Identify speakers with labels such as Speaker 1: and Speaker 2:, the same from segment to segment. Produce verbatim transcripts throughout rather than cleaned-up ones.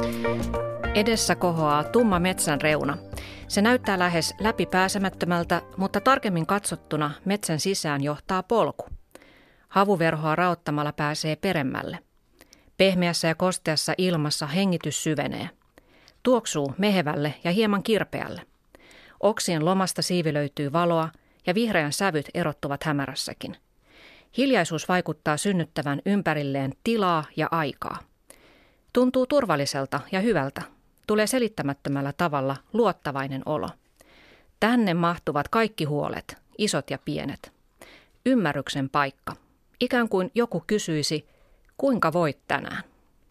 Speaker 1: Edessä kohoaa tumma metsän reuna. Se näyttää lähes läpipääsemättömältä, mutta tarkemmin katsottuna metsän sisään johtaa polku. Havuverhoa raottamalla pääsee peremmälle. Pehmeässä ja kosteassa ilmassa hengitys syvenee. Tuoksuu mehevälle ja hieman kirpeälle. Oksien lomasta siivilöityy valoa ja vihreän sävyt erottuvat hämärässäkin. Hiljaisuus vaikuttaa synnyttävän ympärilleen tilaa ja aikaa. Tuntuu turvalliselta ja hyvältä. Tulee selittämättömällä tavalla luottavainen olo. Tänne mahtuvat kaikki huolet, isot ja pienet. Ymmärryksen paikka. Ikään kuin joku kysyisi, kuinka voit tänään?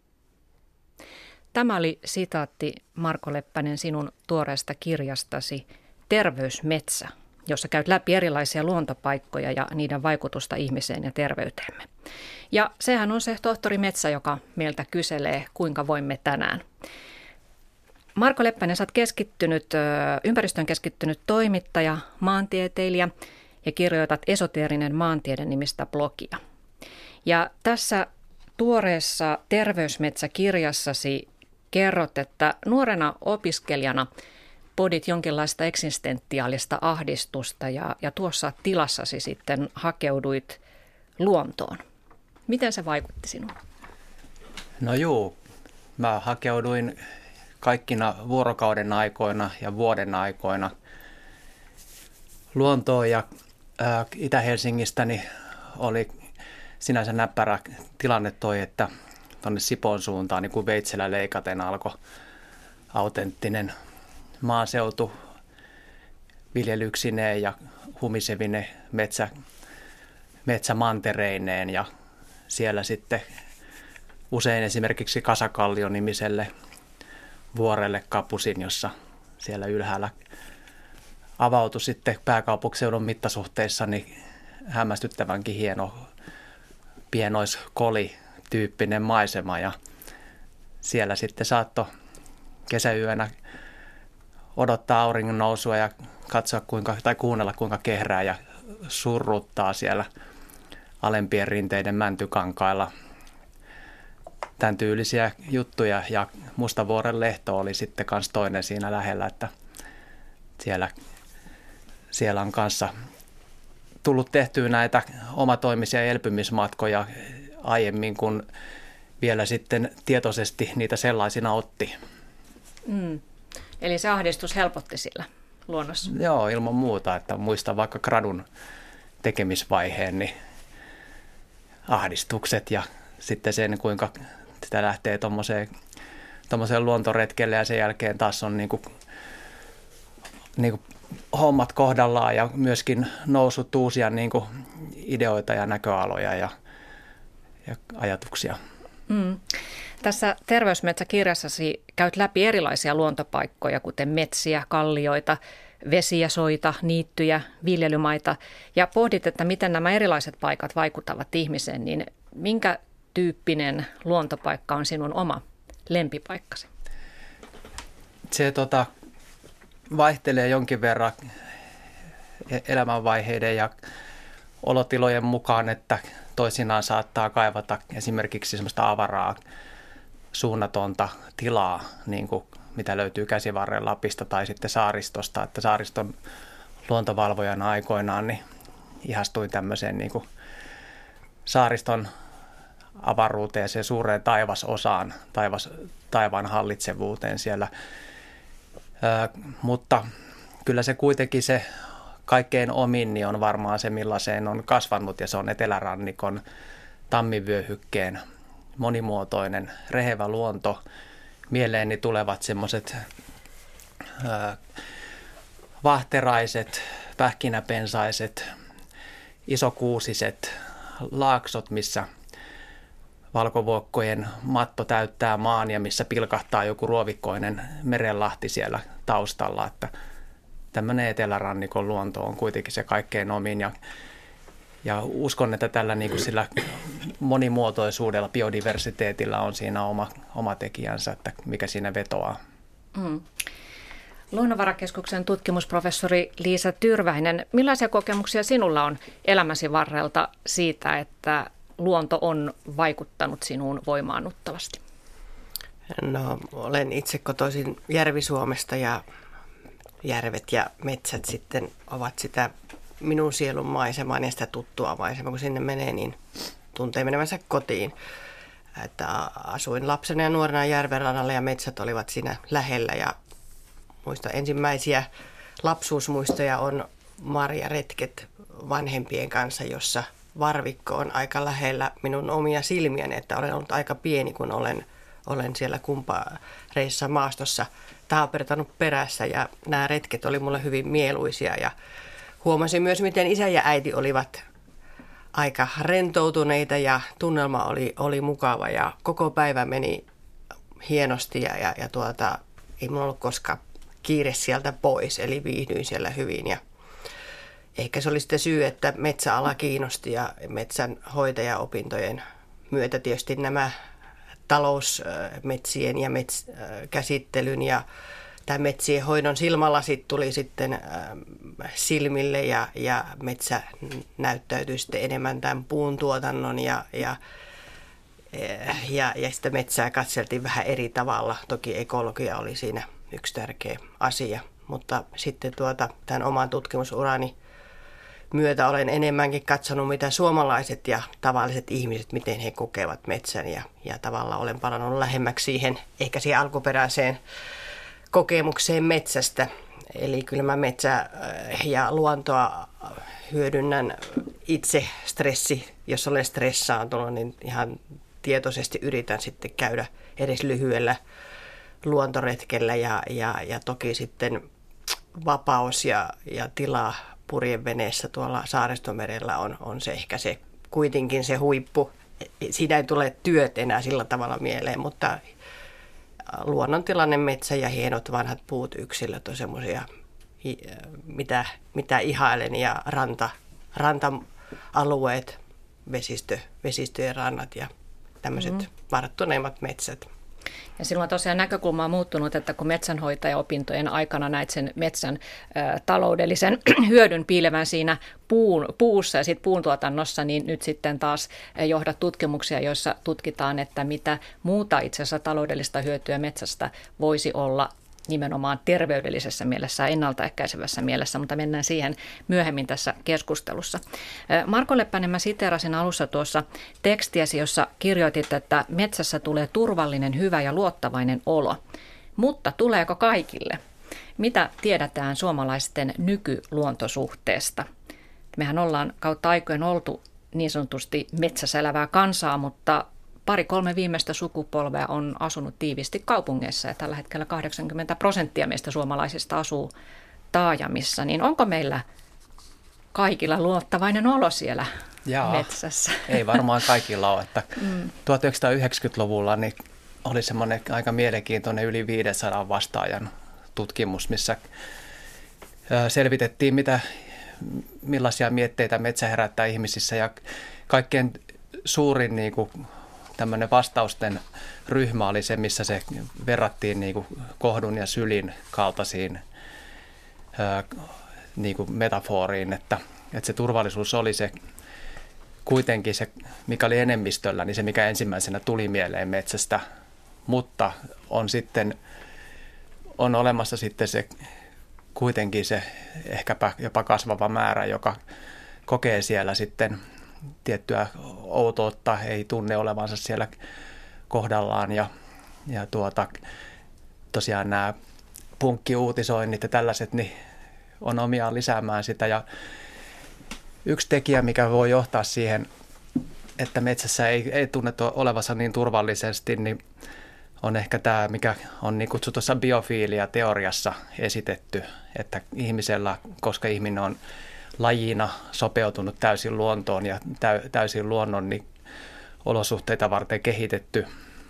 Speaker 1: Tämä oli sitaatti, Marko Leppänen, sinun tuoreesta kirjastasi Terveysmetsä, jossa käyt läpi erilaisia luontopaikkoja ja niiden vaikutusta ihmiseen ja terveyteemme. Ja sehän on se tohtori Metsä, joka meiltä kyselee, kuinka voimme tänään. Marko Leppänen, sä oot keskittynyt, ympäristöön keskittynyt toimittaja, maantieteilijä ja kirjoitat Esoteerinen maantiede -nimistä blogia. Ja tässä tuoreessa Terveysmetsä-kirjassasi kerrot, että nuorena opiskelijana podit jonkinlaista eksistentiaalista ahdistusta ja, ja tuossa tilassasi sitten hakeuduit luontoon. Miten se vaikutti sinuun?
Speaker 2: No juu, mä hakeuduin kaikkina vuorokauden aikoina ja vuoden aikoina luontoon ja ää, Itä-Helsingistäni oli sinänsä näppärä tilanne toi, että tuonne Sipoon suuntaan niin kuin veitsellä leikaten alkoi autenttinen maaseutu viljelyksineen ja humisevine metsä, metsämantereineen ja siellä sitten usein esimerkiksi Kasakallion-nimiselle vuorelle kapusin, jossa siellä ylhäällä avautui sitten pääkaupunkiseudun mittasuhteissa niin hämmästyttävänkin hieno pienoiskoli-tyyppinen maisema ja siellä sitten saattoi kesäyönä odottaa auringon nousua ja katsoa kuinka, tai kuunnella kuinka kehrää ja surruttaa siellä alempien rinteiden mäntykankailla. Tämän tyylisiä juttuja ja Mustavuoren lehto oli sitten kans toinen siinä lähellä, että siellä, siellä on kanssa tullut tehtyä näitä omatoimisia elpymismatkoja aiemmin, kun vielä sitten tietoisesti niitä sellaisina otti.
Speaker 1: Mm. Eli se ahdistus helpotti sillä luonnossa?
Speaker 2: Joo, ilman muuta, että muistan vaikka gradun tekemisvaiheen, niin ahdistukset ja sitten sen, kuinka sitä lähtee tuommoiseen, tuommoiseen luontoretkelle ja sen jälkeen taas on niin kuin, niin kuin hommat kohdallaan ja myöskin noussut uusia niin kuin ideoita ja näköaloja ja, ja ajatuksia. Mm.
Speaker 1: Tässä Terveysmetsä-kirjassasi käyt läpi erilaisia luontopaikkoja, kuten metsiä, kallioita, vesiä, soita, niittyjä, viljelymaita ja pohdit, että miten nämä erilaiset paikat vaikuttavat ihmiseen, niin minkä tyyppinen luontopaikka on sinun oma lempipaikkasi?
Speaker 2: Se tota, vaihtelee jonkin verran elämänvaiheiden ja olotilojen mukaan, että toisinaan saattaa kaivata esimerkiksi semmoista avaraa, suunnatonta tilaa, niin kuin mitä löytyy Käsivarren Lapista tai sitten saaristosta, että saariston luontovalvojana aikoinaan niin ihastuin tämmöiseen niin kuin saariston avaruuteen, suureen taivasosaan, taivas, taivaan hallitsevuuteen siellä. Ö, mutta kyllä se kuitenkin se kaikkein omin niin on varmaan se, millaiseen on kasvanut, ja se on etelärannikon tammivyöhykkeen monimuotoinen, rehevä luonto. Mieleeni tulevat semmoiset vahteraiset, pähkinäpensaiset, isokuusiset laaksot, missä valkovuokkojen matto täyttää maan ja missä pilkahtaa joku ruovikkoinen merenlahti siellä taustalla. Että tämmöinen etelärannikon luonto on kuitenkin se kaikkein omin ja, ja uskon, että tällä niin kuin sillä monimuotoisuudella, biodiversiteetillä on siinä oma, oma tekijänsä, että mikä siinä vetoaa. Mm.
Speaker 1: Luonnonvarakeskuksen tutkimusprofessori Liisa Tyrväinen, millaisia kokemuksia sinulla on elämäsi varrelta siitä, että luonto on vaikuttanut sinuun voimaannuttavasti?
Speaker 3: No, olen itse kotoisin Järvi-Suomesta ja järvet ja metsät sitten ovat sitä minun sielun maisemaa ja sitä tuttua maisemaa. Kun sinne menee, niin tuntee menevänsä kotiin. Että asuin lapsena ja nuorena järvenrannalla ja metsät olivat siinä lähellä. Ja muista ensimmäisiä lapsuusmuistoja on marjaretket vanhempien kanssa, jossa varvikko on aika lähellä minun omia silmiäni. Että olen ollut aika pieni, kun olen, olen siellä kumpareissa maastossa taapertanut perässä. Ja nämä retket oli mulle hyvin mieluisia ja huomasin myös, miten isä ja äiti olivat aika rentoutuneita ja tunnelma oli, oli mukava ja koko päivä meni hienosti ja, ja, ja tuota, ei minulla ollut koskaan kiire sieltä pois, eli viihdyin siellä hyvin. Ja ehkä se oli sitten syy, että metsäala kiinnosti ja metsänhoitajaopintojen myötä tietysti nämä talousmetsien ja metsäkäsittelyn ja tämä metsien hoidon silmälasit tuli sitten silmille ja, ja metsä näyttäytyi sitten enemmän tämän puun tuotannon ja, ja, ja, ja sitä metsää katseltiin vähän eri tavalla. Toki ekologia oli siinä yksi tärkeä asia, mutta sitten tuota, tämän oman tutkimusurani myötä olen enemmänkin katsonut, mitä suomalaiset ja tavalliset ihmiset, miten he kokevat metsän ja, ja tavallaan olen palannut lähemmäksi siihen, ehkä siihen alkuperäiseen kokemukseen metsästä. Eli kyllä mä metsää ja luontoa hyödynnän itse stressi, jos olen stressaantunut, niin ihan tietoisesti yritän sitten käydä edes lyhyellä luontoretkellä ja, ja, ja toki sitten vapaus ja, ja tila purjeveneessä tuolla Saaristomerellä on, on se ehkä se kuitenkin se huippu. Siinä ei tule työt enää sillä tavalla mieleen, mutta luonnontilanne, metsä ja hienot vanhat puut yksilöt on semmoisia, mitä, mitä ihailen ja ranta, ranta-alueet, vesistö, vesistöjen rannat ja tämmöiset mm. varttuneimmat metsät.
Speaker 1: Ja silloin tosiaan näkökulma on muuttunut, että kun metsänhoitajaopintojen aikana näit sen metsän ä, taloudellisen hyödyn piilevän siinä puun, puussa ja sit puuntuotannossa, niin nyt sitten taas johdat tutkimuksia, joissa tutkitaan, että mitä muuta itse asiassa taloudellista hyötyä metsästä voisi olla nimenomaan terveydellisessä mielessä ja ennaltaehkäisevässä mielessä, mutta mennään siihen myöhemmin tässä keskustelussa. Marko Leppänen, mä siteerasin alussa tuossa tekstiäsi, jossa kirjoitit, että metsässä tulee turvallinen, hyvä ja luottavainen olo. Mutta tuleeko kaikille? Mitä tiedetään suomalaisten nykyluontosuhteesta? Mehän ollaan kautta aikojen oltu niin sanotusti metsässä elävää kansaa, mutta pari-kolme viimeistä sukupolvea on asunut tiiviisti kaupungeissa ja tällä hetkellä kahdeksankymmentä prosenttia meistä suomalaisista asuu taajamissa. Niin onko meillä kaikilla luottavainen olo siellä Jaa, metsässä?
Speaker 2: Ei varmaan kaikilla ole. Että mm. tuhatyhdeksänsataayhdeksänkymmentäluvulla niin oli semmoinen aika mielenkiintoinen yli viisisataa vastaajan tutkimus, missä selvitettiin, mitä, millaisia mietteitä metsä herättää ihmisissä ja kaikkein suurin niin kuin tämmöinen vastausten ryhmä oli se, missä se verrattiin niin kuin kohdun ja sylin kaltaisiin ää, niin kuin metaforiin, että, että se turvallisuus oli se kuitenkin se, mikä oli enemmistöllä, niin se mikä ensimmäisenä tuli mieleen metsästä, mutta on sitten on olemassa sitten se kuitenkin se ehkäpä jopa kasvava määrä, joka kokee siellä sitten tiettyä outoutta, ei tunne olevansa siellä kohdallaan ja, ja tuota, tosiaan nämä punkkiuutisoinnit ja tällaiset niin on omiaan lisäämään sitä ja yksi tekijä, mikä voi johtaa siihen, että metsässä ei, ei tunnettu olevansa niin turvallisesti, niin on ehkä tämä, mikä on niin kutsutussa biofiilia-teoriassa esitetty, että ihmisellä, koska ihminen on lajina sopeutunut täysin luontoon ja täysin luonnon niin olosuhteita varten kehitetty.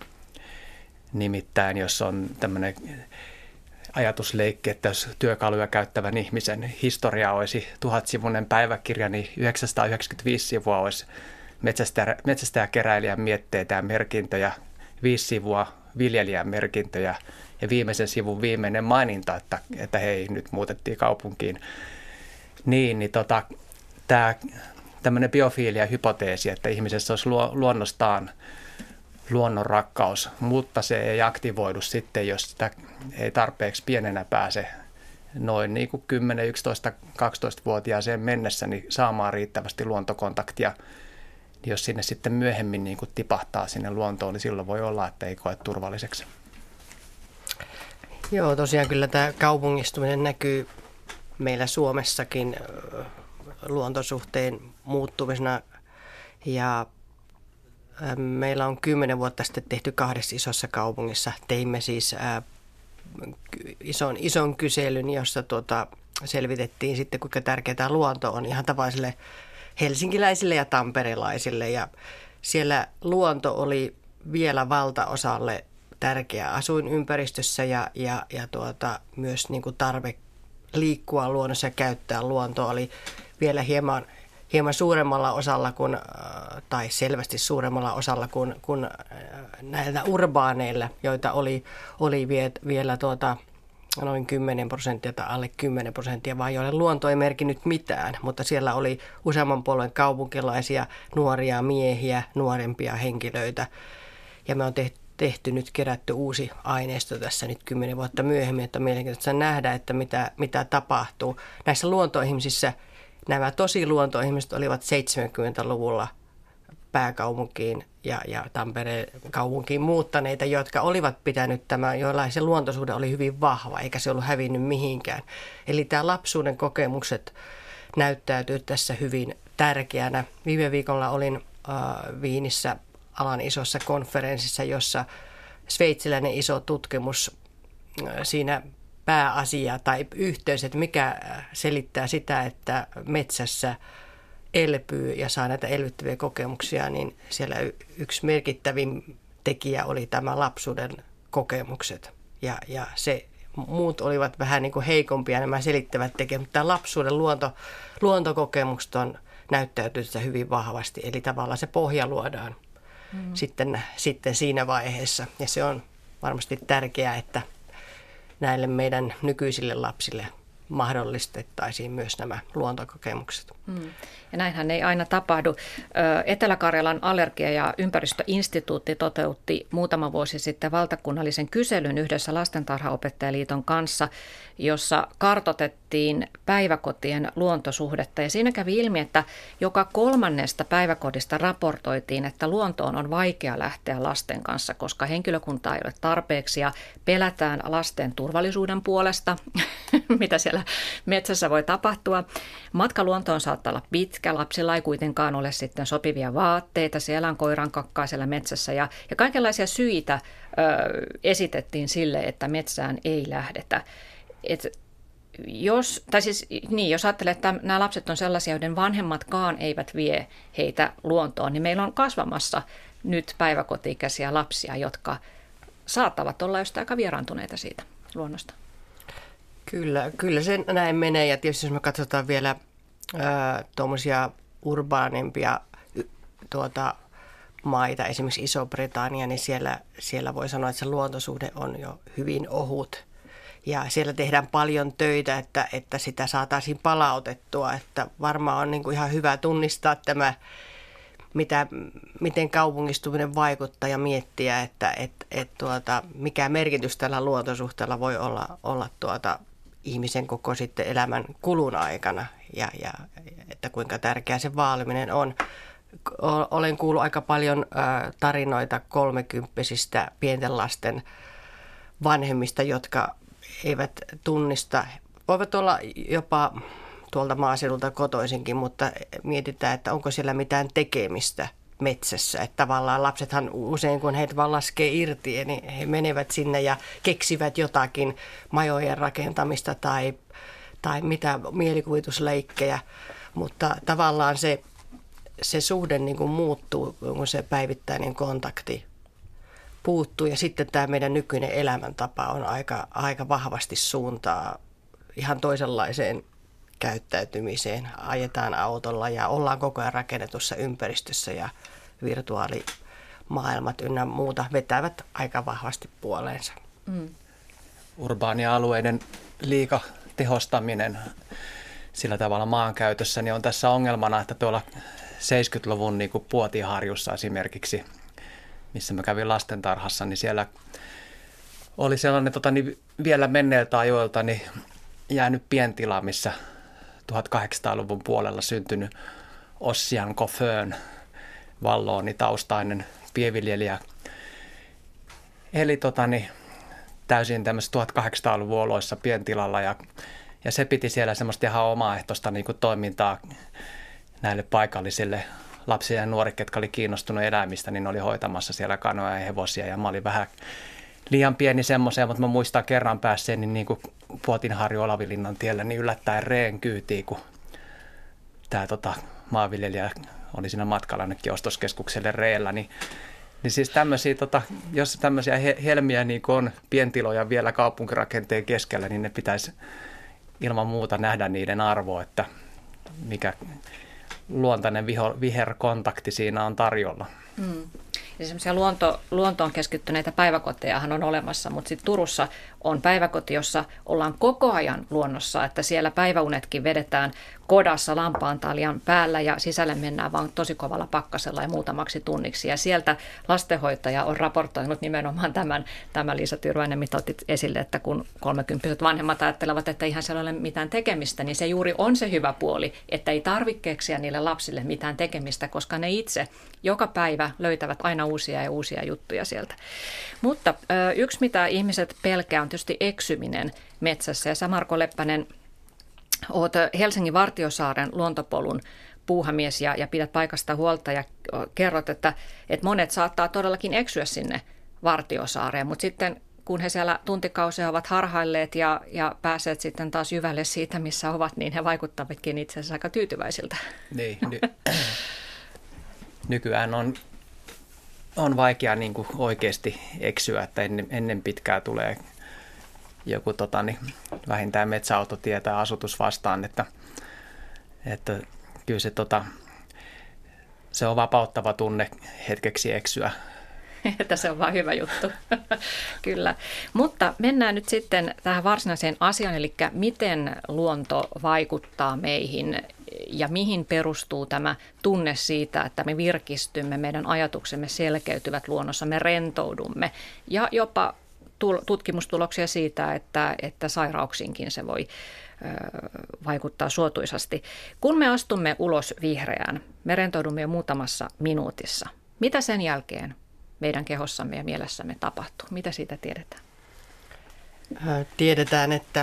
Speaker 2: Nimittäin jos on tämmöinen ajatusleikki, että jos työkaluja käyttävän ihmisen historia olisi tuhatsivuinen päiväkirja, niin yhdeksänsataayhdeksänkymmentäviisi sivua olisi metsästäjäkeräilijän mietteitä ja merkintöjä, viisi sivua viljelijän merkintöjä ja viimeisen sivun viimeinen maininta, että, että hei, nyt muutettiin kaupunkiin. Niin, niin tota, tämä tämmöinen biofiilia-hypoteesi, että ihmisessä olisi luonnostaan luonnonrakkaus, mutta se ei aktivoidu sitten, jos sitä ei tarpeeksi pienenä pääse noin niin kuin kymmenen, yksitoista, kaksitoista-vuotiaaseen mennessä niin saamaan riittävästi luontokontaktia. Jos sinne sitten myöhemmin niin kuin tipahtaa sinne luontoon, niin silloin voi olla, että ei koe turvalliseksi.
Speaker 3: Joo, tosiaan kyllä tämä kaupungistuminen näkyy meillä Suomessakin luontosuhteen muuttumisena. Ja meillä on kymmenen vuotta sitten tehty kahdessa isossa kaupungissa. Teimme siis ää, ison, ison kyselyn, jossa tuota, selvitettiin sitten, kuinka tärkeää luonto on ihan tavallisille helsinkiläisille ja tamperelaisille. Ja siellä luonto oli vielä valtaosalle tärkeä asuinympäristössä ja, ja, ja tuota, myös niin kuin tarve liikkua luonnossa ja käyttää luontoa oli vielä hieman, hieman suuremmalla osalla kuin, tai selvästi suuremmalla osalla kuin, kuin näillä urbaaneilla, joita oli, oli vie, vielä tuota, noin kymmenen prosenttia tai alle kymmenen prosenttia, vaan joille luonto ei merkinnyt mitään, mutta siellä oli useamman polven kaupunkilaisia, nuoria miehiä, nuorempia henkilöitä. Ja me on tehty, tehty nyt kerätty uusi aineisto tässä nyt kymmenen vuotta myöhemmin, että on mielenkiintoista nähdä, että mitä, mitä tapahtuu. Näissä luontoihmisissä nämä tosi luontoihmiset olivat seitsemänkymmentäluvulla pääkaupunkiin ja, ja Tampereen kaupunkiin muuttaneita, jotka olivat pitänyt tämä, joilla se luontosuhde oli hyvin vahva, eikä se ollut hävinnyt mihinkään. Eli tämä lapsuuden kokemukset näyttäytyy tässä hyvin tärkeänä. Viime viikolla olin äh, Viinissä alan isossa konferenssissa, jossa sveitsiläinen iso tutkimus äh, siinä pääasia tai yhteys, että mikä selittää sitä, että metsässä elpyy ja saa näitä elvyttäviä kokemuksia, niin siellä yksi merkittävin tekijä oli tämä lapsuuden kokemukset. Ja, ja se, muut olivat vähän niin kuin heikompia nämä selittävät tekijät, mutta tämä lapsuuden luonto, luontokokemukset on näyttäytynyt hyvin vahvasti. Eli tavallaan se pohja luodaan mm. sitten, sitten siinä vaiheessa. Ja se on varmasti tärkeää, että näille meidän nykyisille lapsille mahdollistettaisiin myös nämä luontokokemukset. Hmm.
Speaker 1: Ja näinhän ei aina tapahdu. Etelä-Karjalan allergia- ja ympäristöinstituutti toteutti muutama vuosi sitten valtakunnallisen kyselyn yhdessä Lastentarhaopettajaliiton kanssa, jossa kartoitettiin päiväkotien luontosuhdetta. Ja siinä kävi ilmi, että joka kolmannesta päiväkodista raportoitiin, että luontoon on vaikea lähteä lasten kanssa, koska henkilökuntaa ei ole tarpeeksi ja pelätään lasten turvallisuuden puolesta, mitä siellä metsässä voi tapahtua. Matka luontoon saattaa olla pitkä, lapsilla ei kuitenkaan ole sitten sopivia vaatteita, siellä on koiran kakkaa siellä metsässä ja, ja kaikenlaisia syitä ö, esitettiin sille, että metsään ei lähdetä. Et jos, tai siis, niin, jos ajattelee, että nämä lapset on sellaisia, joiden vanhemmatkaan eivät vie heitä luontoon, niin meillä on kasvamassa nyt päiväkoti-ikäisiä lapsia, jotka saattavat olla jostain aika vieraantuneita siitä luonnosta.
Speaker 3: Kyllä, kyllä se näin menee ja tietysti jos me katsotaan vielä tuommoisia urbaanempia tuota, maita, esimerkiksi Iso-Britannia, niin siellä, siellä voi sanoa, että se luontosuhde on jo hyvin ohut. Ja siellä tehdään paljon töitä, että, että sitä saataisiin palautettua. Että varmaan on niin kuin ihan hyvä tunnistaa tämä, mitä, miten kaupungistuminen vaikuttaa ja miettiä, että et, et tuota, mikä merkitys tällä luontosuhteella voi olla, olla tuota, ihmisen koko sitten elämän kulun aikana ja, ja että kuinka tärkeää se vaaliminen on. Olen kuullut aika paljon tarinoita kolmekymppisistä pienten lasten vanhemmista, jotka eivät tunnista, voivat olla jopa tuolta maaseudulta kotoisinkin, mutta mietitään, että onko siellä mitään tekemistä metsässä. Että tavallaan lapsethan usein, kun heitä vaan laskee irti, niin he menevät sinne ja keksivät jotakin majojen rakentamista tai, tai mitä mielikuvitusleikkejä. Mutta tavallaan se, se suhde niin kuin muuttuu, kun se päivittäinen kontakti puuttuu. Ja sitten tämä meidän nykyinen elämäntapa on aika, aika vahvasti suuntaa ihan toisenlaiseen käyttäytymiseen. Ajetaan autolla ja ollaan koko ajan rakennetussa ympäristössä ja virtuaalimaailmat ynnä muuta vetävät aika vahvasti puoleensa. Mm.
Speaker 2: Urbaanialueiden liika tehostaminen sillä tavalla maankäytössä niin on tässä ongelmana, että tuolla seitsemänkymmentäluvun niin kuin Puotiharjussa esimerkiksi missä mä kävin lastentarhassa, niin siellä oli sellainen tota, niin vielä menneiltä ajoilta niin jäänyt pientila, missä tuhatkahdeksansataaluvun puolella syntynyt Ossian Coffön Vallooni taustainen pienviljelijä. Eli tota, niin, täysin tämmöisessä tuhatkahdeksansataaluvun oloissa pientilalla ja, ja se piti siellä semmoista ihan omaehtoista niin kuin toimintaa näille paikallisille lapsille ja nuorille, jotka oli kiinnostunut eläimistä, niin oli hoitamassa siellä kanoja ja hevosia ja mä olin vähän liian pieni semmoiseen, mutta mä muistan kerran päässeeni niin kuin Puotinharju Olavinlinnan tiellä niin yllättäen reen kyytiin, kun tämä tota, maanviljelijä oli siinä matkalla ainakin ostoskeskukselle reellä, niin, niin siis tämmöisiä, tota, jos tämmöisiä he, helmiä niin on pientiloja vielä kaupunkirakenteen keskellä, niin ne pitäisi ilman muuta nähdä niiden arvo, että mikä luontainen viho, viherkontakti siinä on tarjolla.
Speaker 1: Mm. Ja semmoisia luonto, luontoon keskittyneitä päiväkotejahan on olemassa, mutta sitten Turussa on päiväkoti, jossa ollaan koko ajan luonnossa, että siellä päiväunetkin vedetään kodassa lampaantaljan päällä ja sisälle mennään vaan tosi kovalla pakkasella ja muutamaksi tunniksi. Ja sieltä lastenhoitaja on raportoinut nimenomaan tämän, tämän Liisa Tyrväinen, mitä otit esille, että kun kolmekymppiset vanhemmat ajattelevat, että eihän siellä ole mitään tekemistä, niin se juuri on se hyvä puoli, että ei tarvitse keksiä niille lapsille mitään tekemistä, koska ne itse joka päivä löytävät aina uusia ja uusia juttuja sieltä. Mutta yksi, mitä ihmiset pelkää, on tietysti eksyminen metsässä. Ja sä, Marko Leppänen, oot Helsingin Vartiosaaren luontopolun puuhamies ja, ja pidät paikasta huolta ja kerrot, että, että monet saattaa todellakin eksyä sinne Vartiosaareen, mutta sitten kun he siellä tuntikausia ovat harhailleet ja, ja pääseet sitten taas jyvälle siitä, missä ovat, niin he vaikuttavatkin itse asiassa aika tyytyväisiltä.
Speaker 2: Niin, ny- nykyään on, on vaikea niin kuin oikeasti eksyä, että ennen, ennen pitkää tulee joku tota, niin, vähintään metsäautotie tai asutus vastaan, että, että kyllä se, tota, se on vapauttava tunne hetkeksi eksyä.
Speaker 1: Että se on vaan hyvä juttu. Kyllä. Mutta mennään nyt sitten tähän varsinaiseen asiaan, eli miten luonto vaikuttaa meihin ja mihin perustuu tämä tunne siitä, että me virkistymme, meidän ajatuksemme selkeytyvät luonnossa, me rentoudumme ja jopa tutkimustuloksia siitä, että, että sairauksiinkin se voi ö, vaikuttaa suotuisasti. Kun me astumme ulos vihreään, me rentoudumme jo muutamassa minuutissa. Mitä sen jälkeen meidän kehossamme ja mielessämme tapahtuu? Mitä siitä tiedetään?
Speaker 3: Tiedetään, että,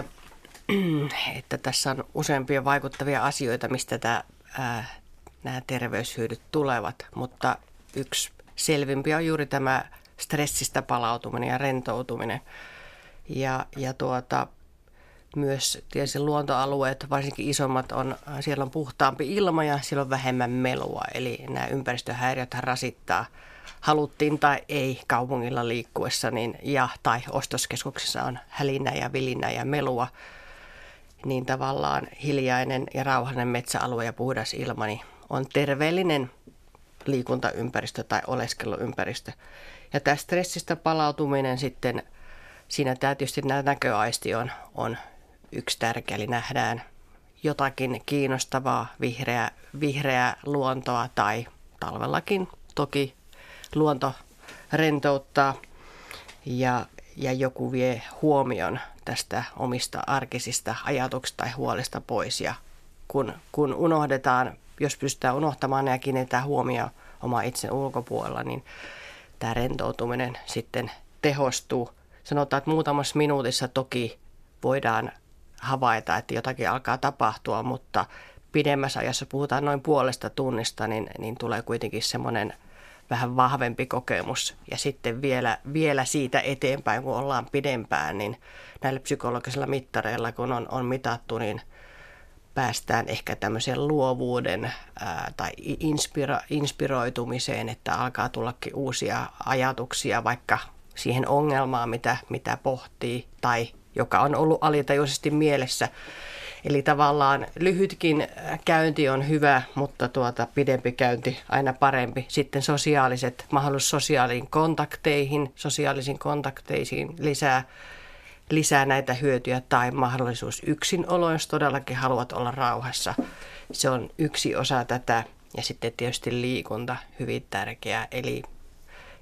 Speaker 3: että tässä on useampia vaikuttavia asioita, mistä tämä, ää, nämä terveyshyödyt tulevat, mutta yksi selvimpi on juuri tämä stressistä palautuminen ja rentoutuminen. Ja, ja tuota, myös tietysti luontoalueet, varsinkin isommat, on, siellä on puhtaampi ilma ja siellä on vähemmän melua. Eli nämä ympäristöhäiriöt rasittaa, haluttiin tai ei kaupungilla liikkuessa, niin, ja, tai ostoskeskuksessa on hälinä ja vilinä ja melua, niin tavallaan hiljainen ja rauhallinen metsäalue ja puhdas ilma niin on terveellinen liikuntaympäristö tai oleskeluympäristö. Ja tämä stressistä palautuminen sitten, siinä tämä tietysti nämä näköaisti on, on yksi tärkeä, eli nähdään jotakin kiinnostavaa, vihreää, vihreää luontoa tai talvellakin toki luonto rentouttaa ja, ja joku vie huomion tästä omista arkisista ajatuksista tai huolista pois. Ja kun, kun unohdetaan, jos pystytään unohtamaan ja kiinnitetään huomioon oma itsen ulkopuolella, niin tämä rentoutuminen sitten tehostuu. Sanotaan, että muutamassa minuutissa toki voidaan havaita, että jotakin alkaa tapahtua, mutta pidemmässä ajassa puhutaan noin puolesta tunnista, niin, niin tulee kuitenkin semmoinen vähän vahvempi kokemus. Ja sitten vielä, vielä siitä eteenpäin, kun ollaan pidempään, niin näillä psykologisilla mittareilla, kun on, on mitattu, niin päästään ehkä tämmöiseen luovuuden ää, tai inspiro, inspiroitumiseen, että alkaa tullakin uusia ajatuksia vaikka siihen ongelmaan, mitä, mitä pohtii tai joka on ollut alitajuisesti mielessä. Eli tavallaan lyhytkin käynti on hyvä, mutta tuota pidempi käynti aina parempi. Sitten sosiaaliset, mahdollisuus sosiaalisiin kontakteihin, sosiaalisiin kontakteisiin lisää, lisää näitä hyötyjä tai mahdollisuus yksinolo, jos todellakin haluat olla rauhassa. Se on yksi osa tätä ja sitten tietysti liikunta hyvin tärkeää. Eli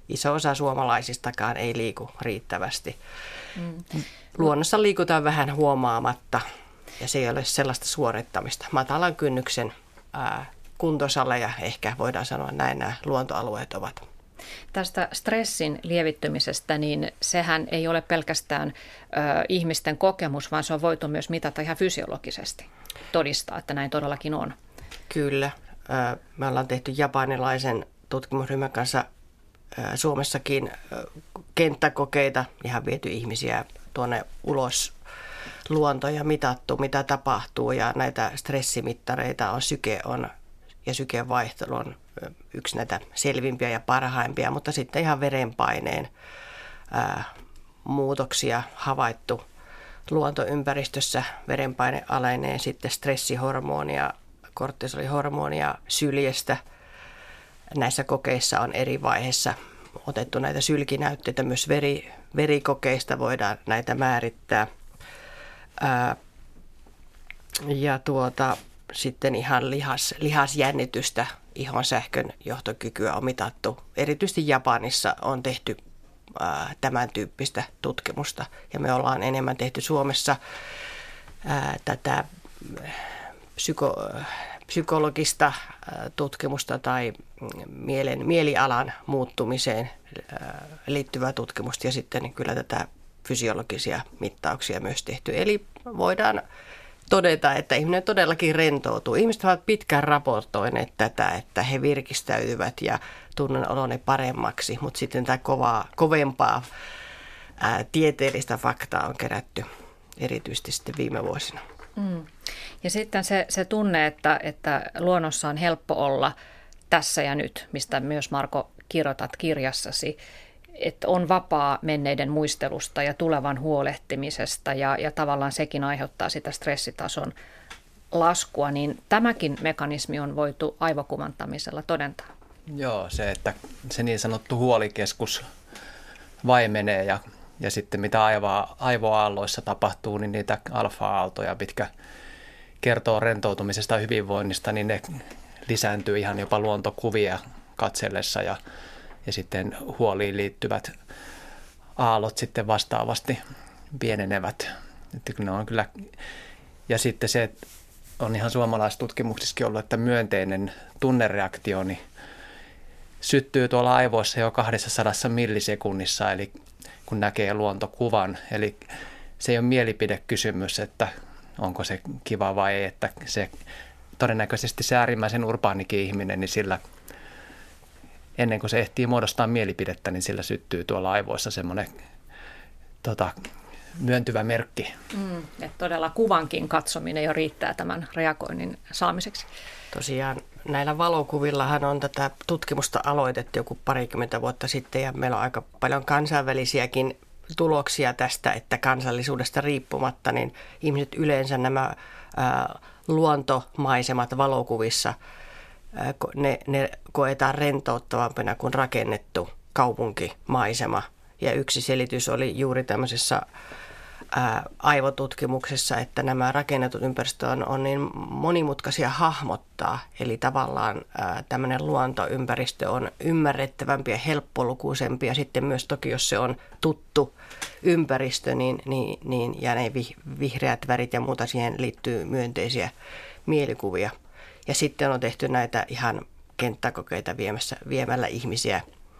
Speaker 3: iso osa suomalaisistakaan ei liiku riittävästi.
Speaker 1: Mm.
Speaker 3: Luonnossa liikutaan vähän huomaamatta ja se ei ole sellaista suorittamista. Matalan kynnyksen ää, kuntosaleja ehkä voidaan sanoa näin nämä luontoalueet ovat.
Speaker 1: Tästä stressin lievittymisestä, niin sehän ei ole pelkästään ö, ihmisten kokemus, vaan se on voitu myös mitata ihan fysiologisesti, todistaa, että näin todellakin on.
Speaker 3: Kyllä. Me ollaan tehty japanilaisen tutkimusryhmän kanssa Suomessakin kenttäkokeita, ihan viety ihmisiä tuonne ulos luontoon ja mitattu, mitä tapahtuu. Ja näitä stressimittareita on, syke on ja syken vaihtelu on yksi näitä selvimpiä ja parhaimpia, mutta sitten ihan verenpaineen ää, muutoksia havaittu luontoympäristössä. Verenpaine alenee, sitten stressihormonia, kortisolihormonia syljestä. Näissä kokeissa on eri vaiheissa otettu näitä sylkinäytteitä, myös veri, verikokeista voidaan näitä määrittää. Ää, ja tuota, sitten ihan lihas, lihasjännitystä, ihon sähkön johtokykyä on mitattu. Erityisesti Japanissa on tehty ää, tämän tyyppistä tutkimusta ja me ollaan enemmän tehty Suomessa ää, tätä psyko, psykologista ää, tutkimusta tai mielen, mielialan muuttumiseen ää, liittyvää tutkimusta ja sitten kyllä tätä fysiologisia mittauksia myös tehty. Eli voidaan todeta, että ihminen todellakin rentoutuu. Ihmiset ovat pitkään raportoineet tätä, että he virkistäytyvät ja tunnen oloni paremmaksi, mutta sitten tämä kovaa, kovempaa ää, tieteellistä faktaa on kerätty erityisesti sitten viime vuosina.
Speaker 1: Mm. Ja sitten se, se tunne, että, että luonnossa on helppo olla tässä ja nyt, mistä myös Marko kirjoitat kirjassasi, että on vapaa menneiden muistelusta ja tulevan huolehtimisesta ja, ja tavallaan sekin aiheuttaa sitä stressitason laskua, niin tämäkin mekanismi on voitu aivokuvantamisella todentaa.
Speaker 2: Joo, se, että se niin sanottu huolikeskus vaimenee ja, ja sitten mitä aivoa, aivoaalloissa tapahtuu, niin niitä alfa-aaltoja, mitkä kertoo rentoutumisesta ja hyvinvoinnista, niin ne lisääntyy ihan jopa luontokuvia katsellessa ja Ja sitten huoliin liittyvät aallot sitten vastaavasti pienenevät. Että ne on kyllä. Ja sitten se on ihan suomalaistutkimuksissakin ollut, että myönteinen tunnereaktio niin syttyy tuolla aivoissa jo kaksisataa millisekunnissa, eli kun näkee luontokuvan. Eli se ei ole mielipidekysymys, että onko se kiva vai ei, että se todennäköisesti se äärimmäisen urbaanikin ihminen, niin sillä ennen kuin se ehtii muodostaa mielipidettä, niin sillä syttyy tuolla aivoissa semmoinen tota, myöntyvä merkki.
Speaker 1: Mm, että todella kuvankin katsominen jo riittää tämän reagoinnin saamiseksi.
Speaker 3: Tosiaan näillä valokuvillahan on tätä tutkimusta aloitettu joku parikymmentä vuotta sitten ja meillä on aika paljon kansainvälisiäkin tuloksia tästä, että kansallisuudesta riippumatta niin ihmiset yleensä nämä ää, luontomaisemat valokuvissa Ne, ne koetaan rentouttavampina kuin rakennettu kaupunkimaisema. Ja yksi selitys oli juuri tämmöisessä ää, aivotutkimuksessa, että nämä rakennetut ympäristöt on, on niin monimutkaisia hahmottaa. Eli tavallaan ää, tämmöinen luontoympäristö on ymmärrettävämpi ja helppolukuisempi. Ja sitten myös toki, jos se on tuttu ympäristö, niin, niin, niin, ja ne vihreät värit ja muuta siihen liittyy myönteisiä mielikuvia. Ja sitten on tehty näitä ihan kenttäkokeita viemässä, viemällä ihmisiä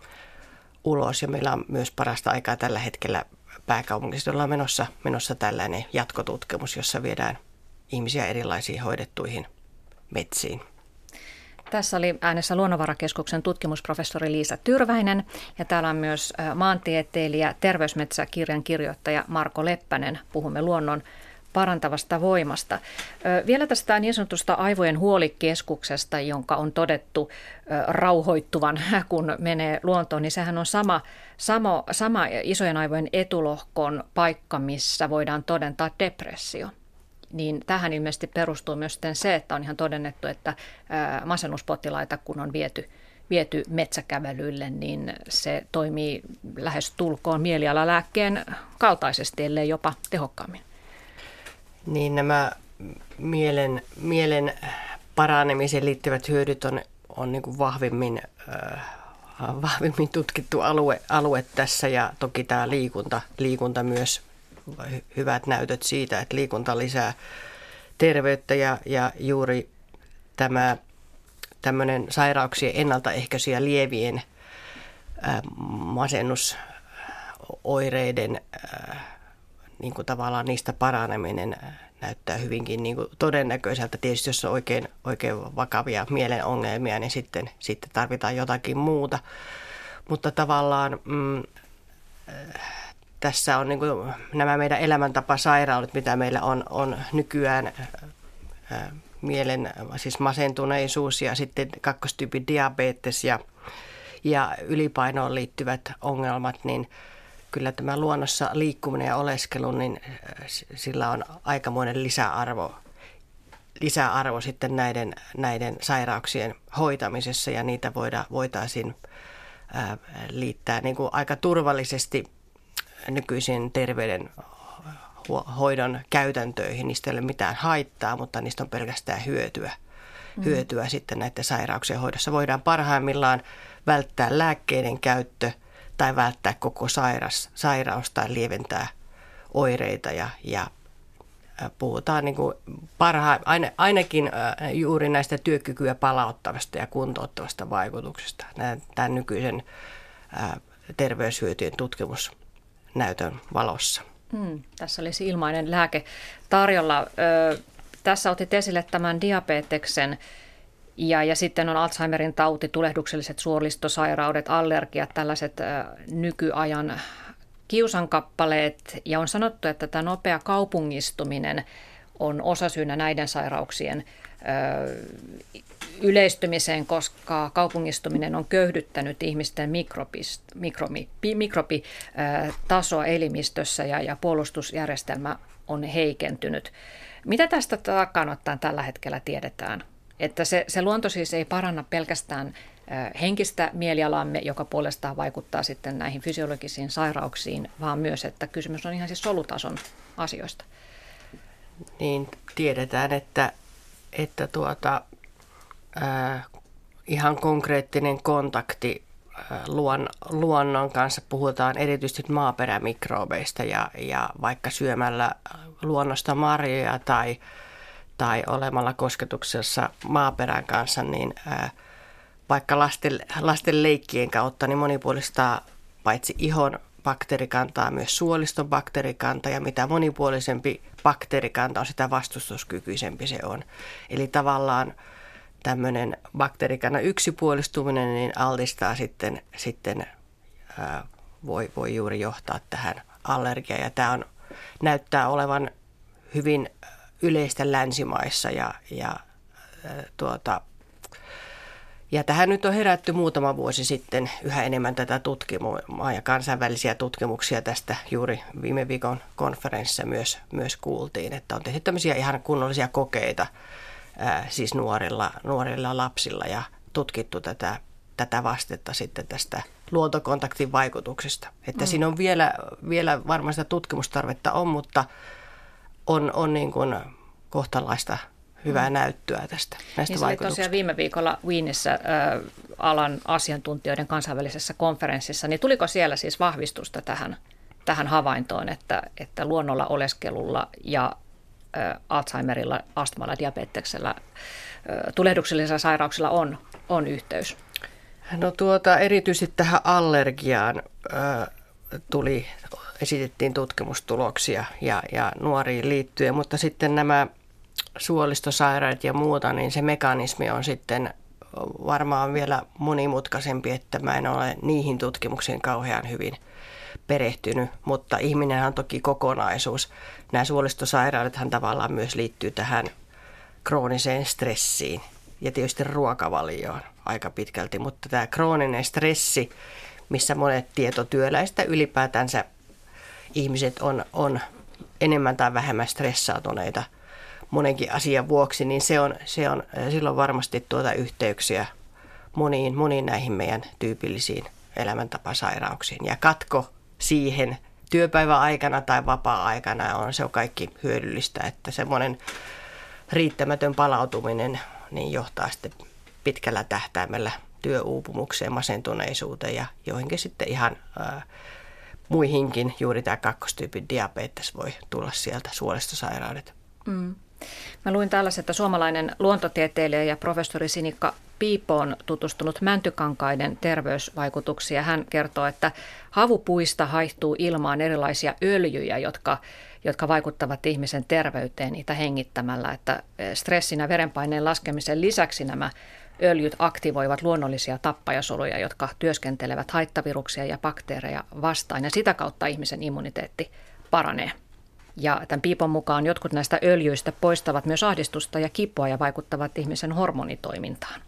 Speaker 3: ulos. Ja meillä on myös parasta aikaa tällä hetkellä pääkaupungissa ollaan menossa, menossa tällainen jatkotutkimus, jossa viedään ihmisiä erilaisiin hoidettuihin metsiin.
Speaker 1: Tässä oli äänessä Luonnonvarakeskuksen tutkimusprofessori Liisa Tyrväinen ja täällä on myös maantieteilijä, terveysmetsäkirjan kirjoittaja Marko Leppänen. Puhumme luonnon parantavasta voimasta. Vielä tästä niin sanotusta aivojen huolikeskuksesta, jonka on todettu rauhoittuvan, kun menee luontoon, niin sehän on sama, sama, sama isojen aivojen etulohkon paikka, missä voidaan todentaa depressio. Niin tähän ilmeisesti perustuu myös se, että on ihan todennettu, että masennuspotilaita, kun on viety, viety metsäkävelylle, niin se toimii lähes tulkoon mielialalääkkeen kaltaisesti, ellei jopa tehokkaammin.
Speaker 3: Niin nämä mielen, mielen paranemiseen liittyvät hyödyt on, on niin kuin vahvimmin äh, vahvimmin tutkittu alue, alue tässä ja toki tämä liikunta, liikunta myös, hyvät näytöt siitä, että liikunta lisää terveyttä ja, ja juuri tämä tämmöinen sairauksien ennaltaehkäisy ja lievien ää, masennusoireiden ää, niin kuin tavallaan niistä paraneminen näyttää hyvinkin niin kuin todennäköiseltä. Tietysti jos on oikein, oikein vakavia mielen ongelmia, niin sitten, sitten tarvitaan jotakin muuta. Mutta tavallaan mm, tässä on niin kuin nämä meidän elämäntapasairaudet, mitä meillä on, on nykyään, ää, mielen, siis masentuneisuus ja sitten kakkostyypin diabetes ja, ja ylipainoon liittyvät ongelmat, niin kyllä tämä luonnossa liikkuminen ja oleskelu, niin sillä on aikamoinen lisäarvo, lisäarvo sitten näiden, näiden sairauksien hoitamisessa ja niitä voida, voitaisiin ää, liittää niin kuin aika turvallisesti nykyisiin terveydenhoidon käytäntöihin. Niistä ei ole mitään haittaa, mutta niistä on pelkästään hyötyä, mm. hyötyä sitten näiden sairauksien hoidossa. Voidaan parhaimmillaan välttää lääkkeiden käyttö tai välttää koko sairaus, sairaus tai lieventää oireita ja, ja puhutaan niin kuin parha, aina, ainakin juuri näistä työkykyä palauttavasta ja kuntouttavasta vaikutuksesta tämän nykyisen terveyshyötyjen tutkimusnäytön valossa.
Speaker 1: Hmm, tässä olisi ilmainen lääke tarjolla. Ö, tässä otit esille tämän diabeteksen. Ja, ja sitten on Alzheimerin tauti, tulehdukselliset suolistosairaudet, allergiat, tällaiset ä, nykyajan kiusankappaleet. Ja on sanottu, että tämä nopea kaupungistuminen on osasyynä näiden sairauksien ö, yleistymiseen, koska kaupungistuminen on köyhdyttänyt ihmisten mikrobi, mikrobitasoa elimistössä ja, ja puolustusjärjestelmä on heikentynyt. Mitä tästä takaan ottaen tällä hetkellä tiedetään? Että se, se luonto siis ei paranna pelkästään henkistä mielialamme, joka puolestaan vaikuttaa sitten näihin fysiologisiin sairauksiin, vaan myös, että kysymys on ihan siis solutason asioista.
Speaker 3: Niin tiedetään, että, että tuota, äh, ihan konkreettinen kontakti äh, luon, luonnon kanssa, puhutaan erityisesti maaperämikrobeista ja, ja vaikka syömällä luonnosta marjoja tai tai olemalla kosketuksessa maaperän kanssa, niin ää, vaikka lasten, lasten leikkien kautta niin monipuolistaa paitsi ihon bakteerikantaa, myös suoliston bakteerikanta, ja mitä monipuolisempi bakteerikanta on, sitä vastustuskykyisempi se on. Eli tavallaan tämmöinen bakteerikannan yksipuolistuminen niin altistaa sitten, sitten ää, voi, voi juuri johtaa tähän allergiaan, ja tämä on, näyttää olevan hyvin yleistä länsimaissa ja, ja, tuota, ja tähän nyt on herätty muutama vuosi sitten yhä enemmän tätä tutkimusta ja kansainvälisiä tutkimuksia tästä juuri viime viikon konferenssissa myös, myös kuultiin, että on tehty tämmöisiä ihan kunnollisia kokeita ää, siis nuorilla, nuorilla lapsilla ja tutkittu tätä, tätä vastetta sitten tästä luontokontaktin vaikutuksesta. Että mm. siinä on vielä, vielä varmaan sitä tutkimustarvetta on, mutta on, on niin kuin kohtalaista hyvää mm. näyttöä tästä näistä niin vaikutuksista. Tosiaan
Speaker 1: viime viikolla Wienissä äh, alan asiantuntijoiden kansainvälisessä konferenssissa, niin tuliko siellä siis vahvistusta tähän, tähän havaintoon, että, että luonnolla oleskelulla ja äh, Alzheimerilla, astmalla, diabeteksellä, äh, tulehduksellisilla sairauksilla on, on yhteys?
Speaker 3: No tuota, erityisesti tähän allergiaan äh, tuli esitettiin tutkimustuloksia ja, ja nuoriin liittyen, mutta sitten nämä suolistosairaudet ja muuta, niin se mekanismi on sitten varmaan vielä monimutkaisempi, että mä en ole niihin tutkimuksiin kauhean hyvin perehtynyt, mutta ihminenhän on toki kokonaisuus. Nämä suolistosairaudethan tavallaan myös liittyy tähän krooniseen stressiin ja tietysti ruokavalioon aika pitkälti, mutta tämä krooninen stressi, missä monet tietotyöläistä ylipäätänsä ihmiset on, on enemmän tai vähemmän stressaatuneita monenkin asian vuoksi, niin se on, se on silloin varmasti tuota yhteyksiä moniin, moniin näihin meidän tyypillisiin elämäntapasairauksiin. Ja katko siihen työpäivän aikana tai vapaa-aikana on se on kaikki hyödyllistä, että semmoinen riittämätön palautuminen niin johtaa sitten pitkällä tähtäimellä työuupumukseen, masentuneisuuteen ja joihinkin sitten ihan ää, muihinkin. Juuri tämä kakkostyypin diabetes voi tulla sieltä suolistosairaudet.
Speaker 1: Mm. Mä luin tällaisen, että suomalainen luontotieteilijä ja professori Sinikka Piipo on tutustunut mäntykankaiden terveysvaikutuksia. Hän kertoo, että havupuista haihtuu ilmaan erilaisia öljyjä, jotka, jotka vaikuttavat ihmisen terveyteen niitä hengittämällä. Että stressin ja verenpaineen laskemisen lisäksi nämä öljyt aktivoivat luonnollisia tappajasoluja, jotka työskentelevät haittaviruksia ja bakteereja vastaan. Ja sitä kautta ihmisen immuniteetti paranee. Ja tämän Piipon mukaan jotkut näistä öljyistä poistavat myös ahdistusta ja kipua ja vaikuttavat ihmisen hormonitoimintaan.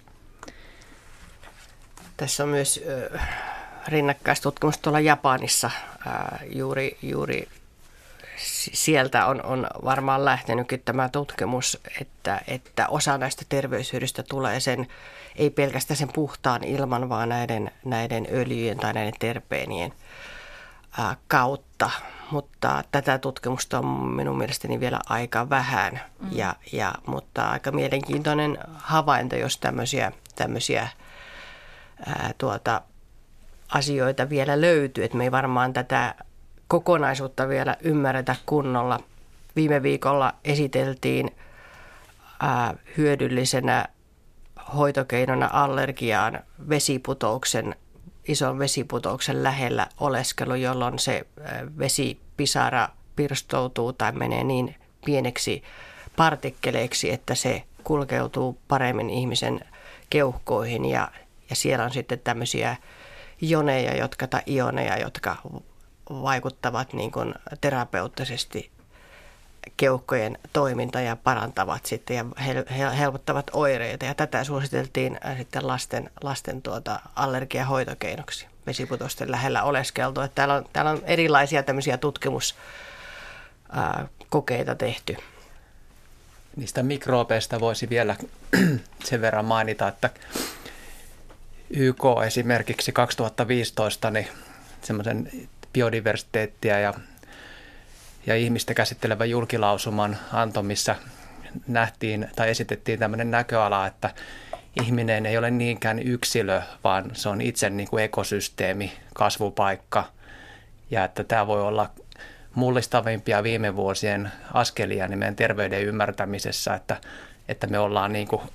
Speaker 3: Tässä on myös äh, rinnakkaistutkimus tuolla Japanissa. Äh, juuri, juuri sieltä on, on varmaan lähtenytkin tämä tutkimus, että, että osa näistä terveyshyödyistä tulee sen, ei pelkästään sen puhtaan ilman, vaan näiden, näiden öljyjen tai näiden terpeenien äh, kautta. Mutta tätä tutkimusta on minun mielestäni vielä aika vähän, mm. ja, ja, mutta aika mielenkiintoinen havainto, jos tämmöisiä, tämmöisiä ää, tuota, asioita vielä löytyy. Et me ei varmaan tätä kokonaisuutta vielä ymmärretä kunnolla. Viime viikolla esiteltiin ää, hyödyllisenä hoitokeinona allergiaan vesiputouksen ison vesiputouksen lähellä oleskelu, jolloin se vesipisara pirstoutuu tai menee niin pieneksi partikkeleiksi, että se kulkeutuu paremmin ihmisen keuhkoihin ja, ja siellä on sitten tämmöisiä joneja, jotka, tai ioneja, jotka vaikuttavat niin kuin terapeuttisesti keuhkojen toiminta ja parantavat sitten ja helpottavat oireita. Ja tätä suositeltiin sitten lasten, lasten tuota allergiahoitokeinoksi vesiputosten lähellä oleskeltu. Että täällä, on, täällä on erilaisia tämmöisiä tutkimuskokeita tehty.
Speaker 2: Niistä mikroobeista voisi vielä sen verran mainita, että Y K esimerkiksi kaksituhattaviisitoista niin semmoisen biodiversiteettiä ja ja ihmistä käsittelevä julkilausuman anto, missä nähtiin tai esitettiin tämmöinen näköala, että ihminen ei ole niinkään yksilö, vaan se on itse niin kuin ekosysteemi, kasvupaikka ja että tämä voi olla mullistavimpia viime vuosien askelia niin meidän terveyden ymmärtämisessä, että, että me ollaan, niin kuin,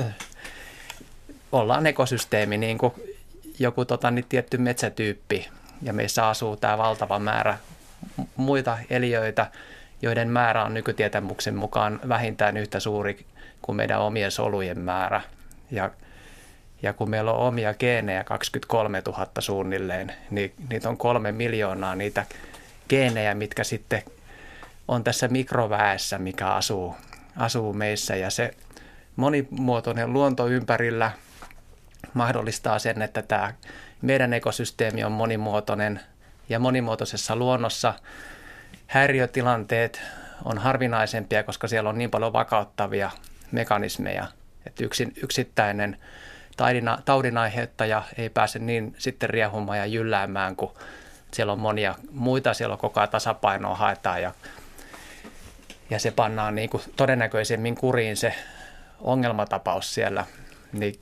Speaker 2: ollaan ekosysteemi, niin kuin joku tota, niin tietty metsätyyppi ja meissä asuu tämä valtava määrä muita eliöitä, joiden määrä on nykytietämyksen mukaan vähintään yhtä suuri kuin meidän omien solujen määrä. Ja, ja kun meillä on omia geenejä kaksikymmentäkolmetuhatta suunnilleen, niin niitä on kolme miljoonaa niitä geenejä, mitkä sitten on tässä mikroväessä, mikä asuu, asuu meissä. Ja se monimuotoinen luonto ympärillä mahdollistaa sen, että tämä meidän ekosysteemi on monimuotoinen. Ja monimuotoisessa luonnossa häiriötilanteet on harvinaisempia, koska siellä on niin paljon vakauttavia mekanismeja, että yksin, yksittäinen taudina, taudinaiheuttaja ei pääse niin sitten riehumaan ja jylläämään, kun siellä on monia muita, siellä on koko ajan tasapainoa haetaan ja, ja se pannaan niin kuin todennäköisemmin kuriin se ongelmatapaus siellä. Niin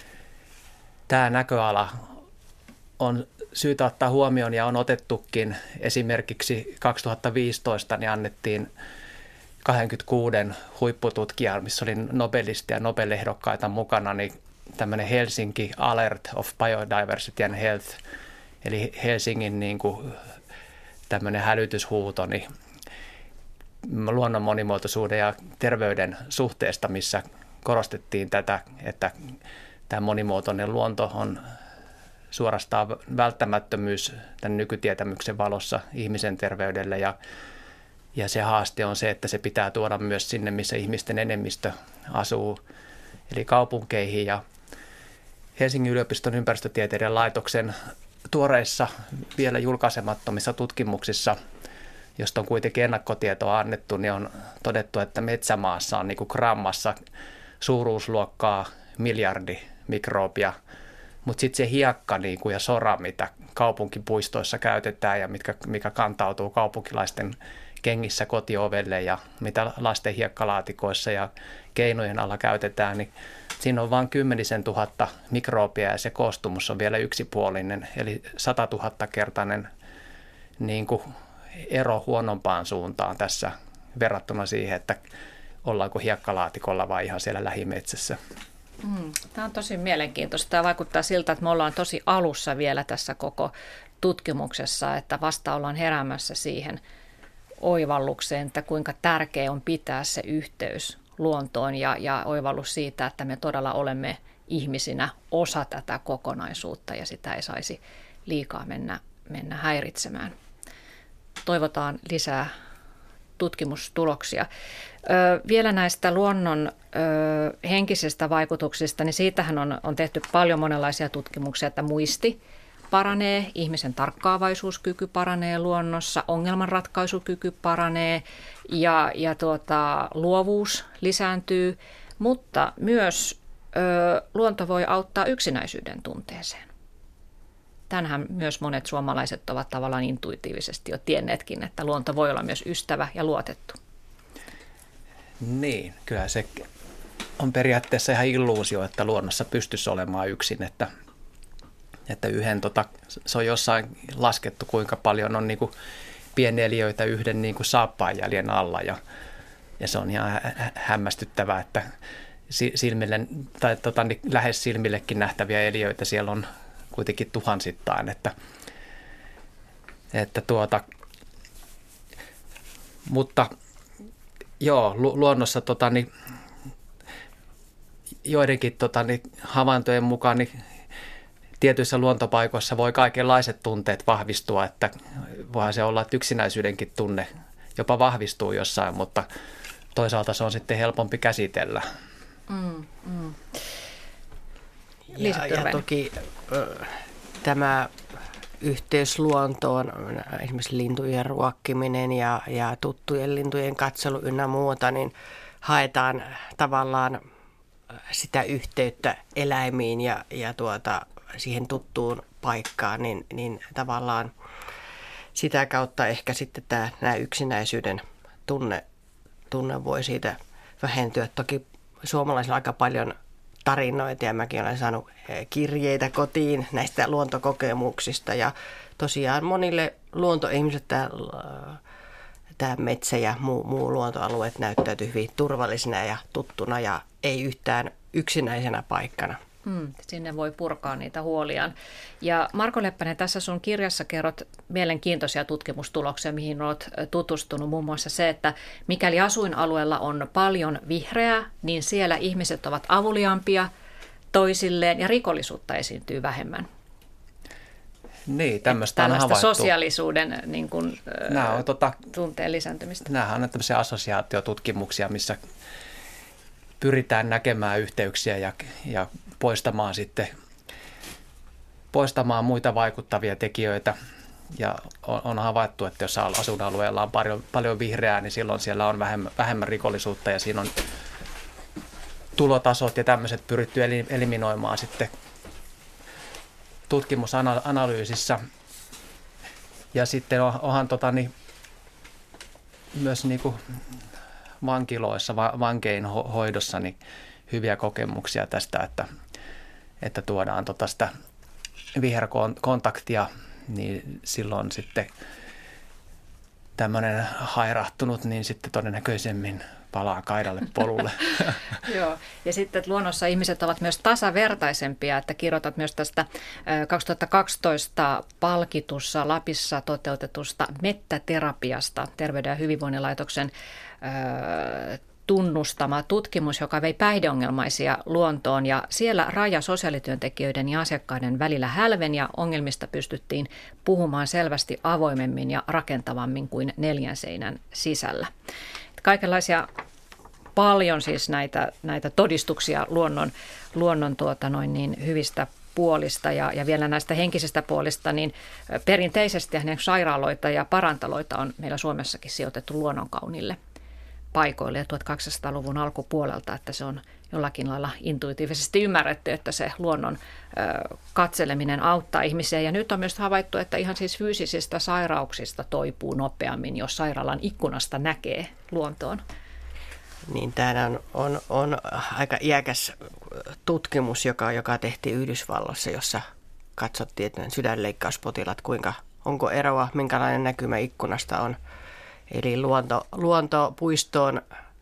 Speaker 2: tämä näköala on syytä ottaa huomioon ja on otettukin. Esimerkiksi kaksituhattaviisitoista niin annettiin kaksikymmentäkuusi huippututkijan, missä oli nobelisti ja Nobel-ehdokkaita mukana, niin tämmöinen Helsinki Alert of Biodiversity and Health, eli Helsingin niin kuin tämmöinen hälytyshuuto niin luonnon monimuotoisuuden ja terveyden suhteesta, missä korostettiin tätä, että tämä monimuotoinen luonto on suorastaan välttämättömyys tämän nykytietämyksen valossa ihmisen terveydelle ja, ja se haaste on se, että se pitää tuoda myös sinne, missä ihmisten enemmistö asuu, eli kaupunkeihin. Ja Helsingin yliopiston ympäristötieteiden laitoksen tuoreissa vielä julkaisemattomissa tutkimuksissa, josta on kuitenkin ennakkotietoa annettu, niin on todettu, että metsämaassa on niin kuin grammassa suuruusluokkaa miljardi mikroobia, Mutta sitten se hiekka niin kuin, ja sora, mitä kaupunkipuistoissa käytetään ja mitkä, mikä kantautuu kaupunkilaisten kengissä kotiovelle ja mitä lasten hiekkalaatikoissa ja keinojen alla käytetään, niin siinä on vain kymmenisen tuhatta mikroobia ja se koostumus on vielä yksipuolinen, eli satatuhatta-kertainen niin kuin ero huonompaan suuntaan tässä verrattuna siihen, että ollaanko hiekkalaatikolla vai ihan siellä lähimetsässä.
Speaker 1: Mm, tämä on tosi mielenkiintoista. Tämä vaikuttaa siltä, että me ollaan tosi alussa vielä tässä koko tutkimuksessa, että vasta ollaan heräämässä siihen oivallukseen, että kuinka tärkeä on pitää se yhteys luontoon ja, ja oivallus siitä, että me todella olemme ihmisinä osa tätä kokonaisuutta ja sitä ei saisi liikaa mennä, mennä häiritsemään. Toivotaan lisää tutkimustuloksia. Ö, vielä näistä luonnon ö, henkisistä vaikutuksista, niin siitähän on, on tehty paljon monenlaisia tutkimuksia, että muisti paranee, ihmisen tarkkaavaisuuskyky paranee luonnossa, ongelmanratkaisukyky paranee ja, ja tuota, luovuus lisääntyy, mutta myös ö, luonto voi auttaa yksinäisyyden tunteeseen. Tänhän myös monet suomalaiset ovat tavallaan intuitiivisesti jo tienneetkin, että luonto voi olla myös ystävä ja luotettu.
Speaker 2: Niin, kyllä se on periaatteessa ihan illuusio, että luonnossa pystyisi olemaan yksin, että, että yhden, tota, se on jossain laskettu, kuinka paljon on niin kuin pieneliöitä yhden niin kuin saappaanjäljen alla ja, ja se on ihan hämmästyttävää, että silmille, tai tota, niin lähes silmillekin nähtäviä eliöitä siellä on kuitenkin tuhansittain, että, että tuota, mutta joo, lu, luonnossa tota, niin, joidenkin tota, niin, havaintojen mukaan niin, tietyissä luontopaikoissa voi kaikenlaiset tunteet vahvistua, että voihan se olla, että yksinäisyydenkin tunne jopa vahvistuu jossain, mutta toisaalta se on sitten helpompi käsitellä.
Speaker 1: Mm, mm.
Speaker 3: Ja, ja toki äh, tämä yhteys luontoon, esimerkiksi lintujen ruokkiminen ja, ja tuttujen lintujen katselu ynnä muuta, niin haetaan tavallaan sitä yhteyttä eläimiin ja, ja tuota, siihen tuttuun paikkaan, niin, niin tavallaan sitä kautta ehkä sitten tämä, nämä yksinäisyyden tunne, tunne voi siitä vähentyä. Toki suomalaisilla on aika paljon tarinoita ja mäkin olen saanut kirjeitä kotiin näistä luontokokemuksista ja tosiaan monille luontoihmisille tämä, tämä metsä ja muu, muu luontoalueet näyttäytyy hyvin turvallisena ja tuttuna ja ei yhtään yksinäisenä paikkana.
Speaker 1: Hmm, sinne voi purkaa niitä huoliaan. Ja Marko Leppänen, tässä sun kirjassa kerrot mielenkiintoisia tutkimustuloksia, mihin olet tutustunut. Muun muassa se, että mikäli asuinalueella on paljon vihreää, niin siellä ihmiset ovat avuliaampia toisilleen ja rikollisuutta esiintyy vähemmän.
Speaker 2: Niin, tämmöistä on
Speaker 1: tällaista
Speaker 2: havaittu.
Speaker 1: Sosiaalisuuden niin kuin,
Speaker 2: on, tota,
Speaker 1: tunteen lisääntymistä.
Speaker 2: Nämähän on tämmöisiä assosiaatiotutkimuksia, missä pyritään näkemään yhteyksiä ja, ja poistamaan sitten poistamaan muita vaikuttavia tekijöitä. Ja on, on havaittu, että jos asuinalueella on paljon, paljon vihreää, niin silloin siellä on vähemmän, vähemmän rikollisuutta ja siinä on tulotasot ja tämmöiset pyritty eliminoimaan sitten tutkimusanalyysissä. Ja sitten on, onhan tota, niin, myös niin kuin vankiloissa, vankein hoidossa niin hyviä kokemuksia tästä, että, että tuodaan tota sitä viherkontaktia, niin silloin sitten tämmöinen hairahtunut, niin sitten todennäköisemmin palaa kaidalle polulle.
Speaker 1: Joo, ja sitten että luonnossa ihmiset ovat myös tasavertaisempia, että kirjoitat myös tästä kaksituhattakaksitoista palkitussa Lapissa toteutetusta mettäterapiasta, Terveyden ja hyvinvoinnin laitoksen tunnustama tutkimus, joka vei päihdeongelmaisia luontoon ja siellä raja sosiaalityöntekijöiden ja asiakkaiden välillä hälveni ja ongelmista pystyttiin puhumaan selvästi avoimemmin ja rakentavammin kuin neljän seinän sisällä. Kaikenlaisia paljon siis näitä, näitä todistuksia luonnon, luonnon tuota noin niin hyvistä puolista ja, ja vielä näistä henkisistä puolista, niin perinteisesti sairaaloita ja parantaloita on meillä Suomessakin sijoitettu luonnonkaunille paikoille ja tuhatkahdeksansataaluvun alkupuolelta, että se on jollakin lailla intuitiivisesti ymmärretty, että se luonnon ö, katseleminen auttaa ihmisiä. Ja nyt on myös havaittu, että ihan siis fyysisistä sairauksista toipuu nopeammin, jos sairaalan ikkunasta näkee luontoon.
Speaker 3: Niin, tämä on, on, on aika iäkäs tutkimus, joka, joka tehtiin Yhdysvalloissa, jossa katsottiin, että sydänleikkauspotilaat, kuinka, onko eroa, minkälainen näkymä ikkunasta on. Eli luonto, luontopuistoon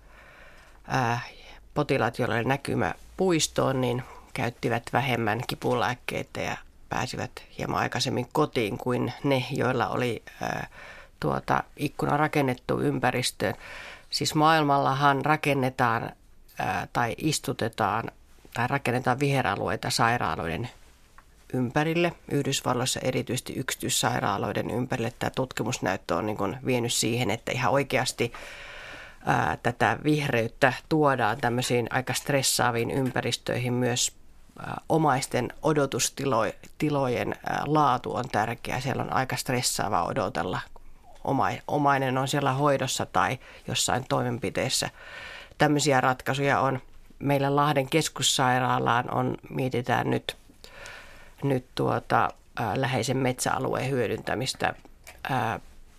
Speaker 3: ää, potilaat, joilla oli näkymä puistoon, niin käyttivät vähemmän kipulääkkeitä ja pääsivät hieman aikaisemmin kotiin kuin ne, joilla oli ää, tuota, ikkuna rakennettu ympäristöön. Siis maailmallahan rakennetaan ää, tai istutetaan tai rakennetaan viheralueita sairaaloiden ympärille. Yhdysvalloissa erityisesti yksityissairaaloiden ympärille tämä tutkimusnäyttö on niin kuin vienyt siihen, että ihan oikeasti ää, tätä vihreyttä tuodaan tämmöisiin aika stressaaviin ympäristöihin. Myös ää, omaisten odotustilojen ää, laatu on tärkeä. Siellä on aika stressaavaa odotella. Omainen on siellä hoidossa tai jossain toimenpiteessä. Tämmöisiä ratkaisuja on. Meillä Lahden keskussairaalaan on, mietitään nyt, nyt tuota, ää, läheisen metsäalueen hyödyntämistä ää,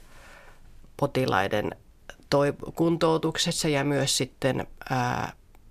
Speaker 3: potilaiden toi, kuntoutuksessa ja myös sitten ää,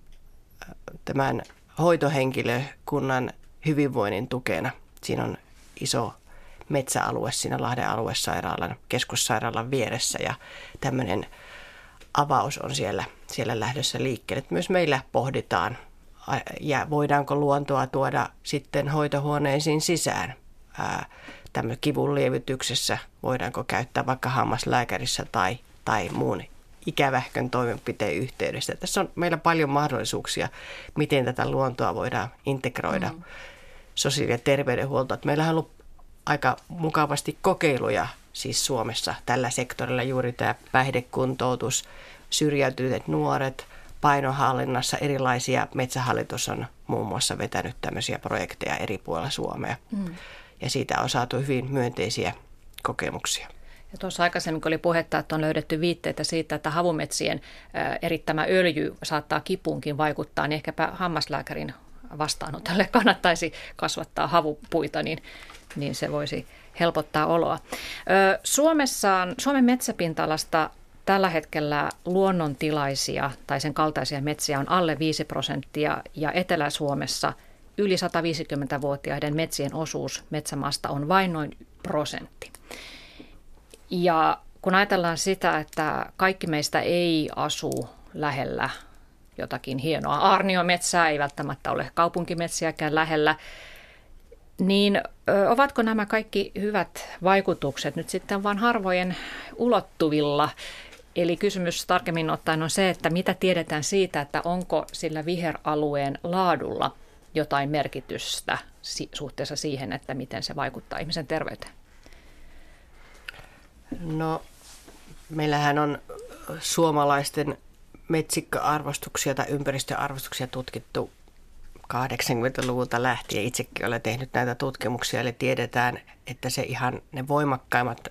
Speaker 3: tämän hoitohenkilökunnan hyvinvoinnin tukena. Siinä on iso metsäalue siinä Lahden aluesairaalan, keskussairaalan vieressä ja tämmöinen avaus on siellä, siellä lähdössä liikkeelle. Myös meillä pohditaan, ja voidaanko luontoa tuoda sitten hoitohuoneisiin sisään. Tämmöinen kivun lievityksessä voidaanko käyttää vaikka hammaslääkärissä tai, tai muun ikävähkön toimenpiteen yhteydessä. Tässä on meillä paljon mahdollisuuksia, miten tätä luontoa voidaan integroida mm. sosiaali- ja terveydenhuoltoon. Meillähän on ollut aika mukavasti kokeiluja siis Suomessa tällä sektorilla, juuri tämä päihdekuntoutus, syrjäytyneet nuoret, painonhallinnassa erilaisia. Metsähallitus on muun muassa vetänyt tämmöisiä projekteja eri puolilla Suomea mm. ja siitä on saatu hyvin myönteisiä kokemuksia.
Speaker 1: Ja tuossa aikaisemmin oli puhetta, että on löydetty viitteitä siitä, että havumetsien erittämä öljy saattaa kipuunkin vaikuttaa, niin ehkäpä hammaslääkärin vastaanotolle kannattaisi kasvattaa havupuita, niin niin se voisi helpottaa oloa. Suomessa, Suomen metsäpinta-alasta tällä hetkellä luonnontilaisia tai sen kaltaisia metsiä on alle viisi prosenttia ja Etelä-Suomessa yli sataviisikymmentävuotiaiden metsien osuus metsämaasta on vain noin prosentti. Ja kun ajatellaan sitä, että kaikki meistä ei asu lähellä jotakin hienoa aarniometsää, ei välttämättä ole kaupunkimetsiäkään lähellä, niin ö, ovatko nämä kaikki hyvät vaikutukset nyt sitten vain harvojen ulottuvilla? Eli kysymys tarkemmin ottaen on se, että mitä tiedetään siitä, että onko sillä viheralueen laadulla jotain merkitystä si- suhteessa siihen, että miten se vaikuttaa ihmisen terveyteen?
Speaker 3: No, meillähän on suomalaisten metsikköarvostuksia tai ympäristöarvostuksia tutkittu kahdeksankymmentäluvulta lähtien. Itsekin olen tehnyt näitä tutkimuksia, eli tiedetään, että se ihan ne voimakkaimmat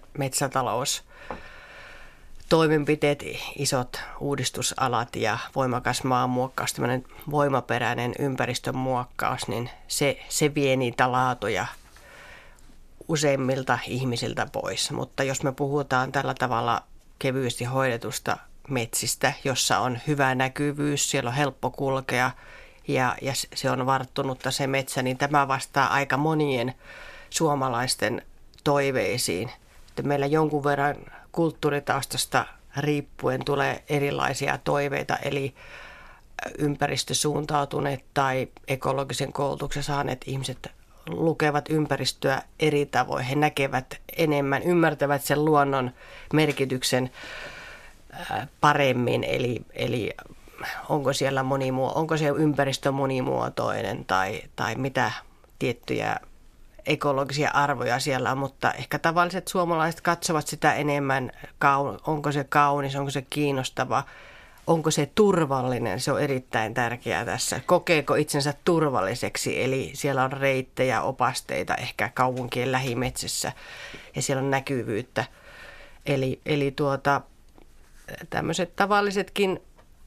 Speaker 3: metsätaloustoimenpiteet, isot uudistusalat ja voimakas maanmuokkaus, tämmöinen voimaperäinen ympäristön muokkaus, niin se, se vie niitä laatuja useimmilta ihmisiltä pois. Mutta jos me puhutaan tällä tavalla kevyesti hoidetusta metsistä, jossa on hyvä näkyvyys, siellä on helppo kulkea, Ja, ja se on varttunutta se metsä, niin tämä vastaa aika monien suomalaisten toiveisiin. Että meillä jonkun verran kulttuuritaustasta riippuen tulee erilaisia toiveita, eli ympäristösuuntautuneet tai ekologisen koulutuksen saaneet ihmiset lukevat ympäristöä eri tavoin. He näkevät enemmän, ymmärtävät sen luonnon merkityksen paremmin, eli, eli onko siellä monimuo- onko se ympäristö monimuotoinen tai, tai mitä tiettyjä ekologisia arvoja siellä on, mutta ehkä tavalliset suomalaiset katsovat sitä enemmän, onko se kaunis, onko se kiinnostava, onko se turvallinen, se on erittäin tärkeää tässä. Kokeeko itsensä turvalliseksi, eli siellä on reittejä, opasteita ehkä kaupunkien lähimetsässä ja siellä on näkyvyyttä. Eli, eli tuota, tämmöiset tavallisetkin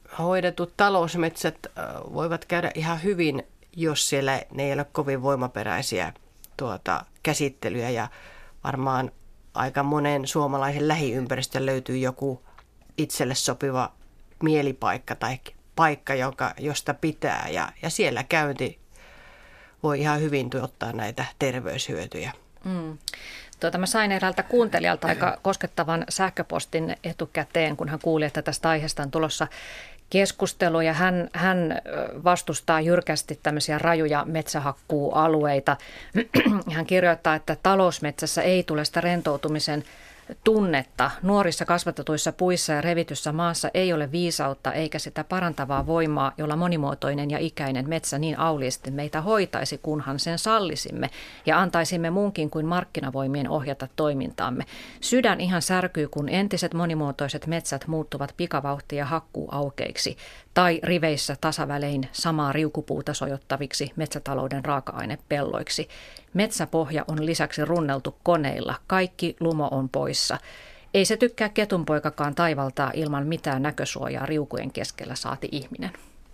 Speaker 3: hoidetut talousmetsät voivat käydä ihan hyvin, jos siellä ne ei ole kovin voimaperäisiä tuota, käsittelyjä. Ja varmaan aika monen suomalaisen lähiympäristön löytyy joku itselle sopiva mielipaikka tai paikka, joka, josta pitää. Ja, ja siellä käynti voi ihan hyvin tuottaa näitä terveyshyötyjä. Mm.
Speaker 1: Tuota, mä sain eräältä kuuntelijalta aika koskettavan sähköpostin etukäteen, kun hän kuuli, että tästä aiheesta on tulossa keskustelu. Ja hän, hän vastustaa jyrkästi tämmöisiä rajuja metsähakkuualueita. Hän kirjoittaa, että talousmetsässä ei tule sitä rentoutumisen tunnetta. Nuorissa kasvatetuissa puissa ja revityssä maassa ei ole viisautta eikä sitä parantavaa voimaa, jolla monimuotoinen ja ikäinen metsä niin auliisti meitä hoitaisi, kunhan sen sallisimme ja antaisimme muunkin kuin markkinavoimien ohjata toimintaamme. Sydän ihan särkyy, kun entiset monimuotoiset metsät muuttuvat pikavauhtia hakkuuaukeiksi tai riveissä tasavälein samaa riukupuuta sojottaviksi metsätalouden raaka-ainepelloiksi. Metsäpohja on lisäksi runneltu koneilla. Kaikki lumo on poissa. Ei se tykkää ketunpoikakaan taivaltaa ilman mitään näkösuojaa riukujen keskellä, saati ihminen.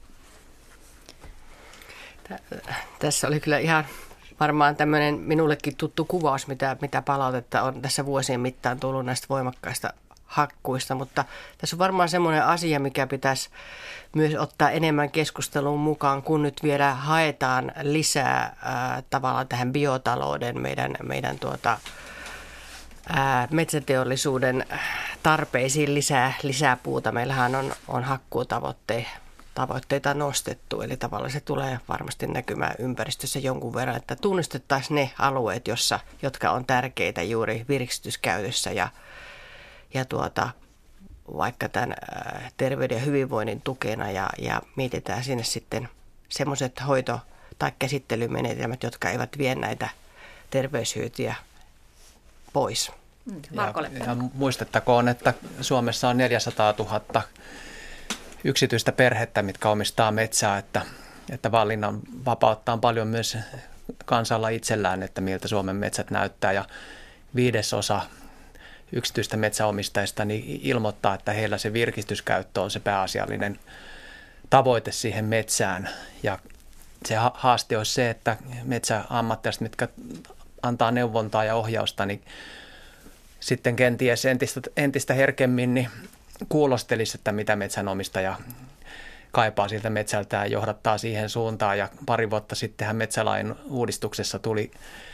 Speaker 3: Tässä oli kyllä ihan varmaan tämmöinen minullekin tuttu kuvaus, mitä, mitä palautetta on tässä vuosien mittaan tullut näistä voimakkaista hakkuista, mutta tässä on varmaan semmoinen asia, mikä pitäisi myös ottaa enemmän keskusteluun mukaan, kun nyt vielä haetaan lisää ää, tavallaan tähän biotalouden, meidän, meidän tuota, ää, metsäteollisuuden tarpeisiin lisää, lisää puuta. Meillähän on, on hakkuutavoitteita nostettu, eli tavallaan se tulee varmasti näkymään ympäristössä jonkun verran, että tunnistettaisiin ne alueet, jossa, jotka on tärkeitä juuri virkistyskäytössä ja Ja tuota, vaikka tämän terveyden ja hyvinvoinnin tukena ja, ja mietitään sinne sitten semmoiset hoito- tai käsittelymenetelmät, jotka eivät vie näitä terveyshyötyjä pois.
Speaker 2: Ja, ja muistettakoon, että Suomessa on neljäsataatuhatta yksityistä perhettä, mitkä omistaa metsää, että, että valinnan vapauttaa paljon myös kansalla itsellään, että miltä Suomen metsät näyttää ja viidesosa yksityistä metsäomistajista niin ilmoittaa, että heillä se virkistyskäyttö on se pääasiallinen tavoite siihen metsään. Ja se haaste olisi se, että metsäammattilaiset, mitkä antaa neuvontaa ja ohjausta, niin sitten kenties entistä, entistä herkemmin niin kuulostelisi, että mitä metsänomistaja kaipaa siltä metsältä ja johdattaa siihen suuntaan. Ja pari vuotta sittenhän metsälain uudistuksessa tuli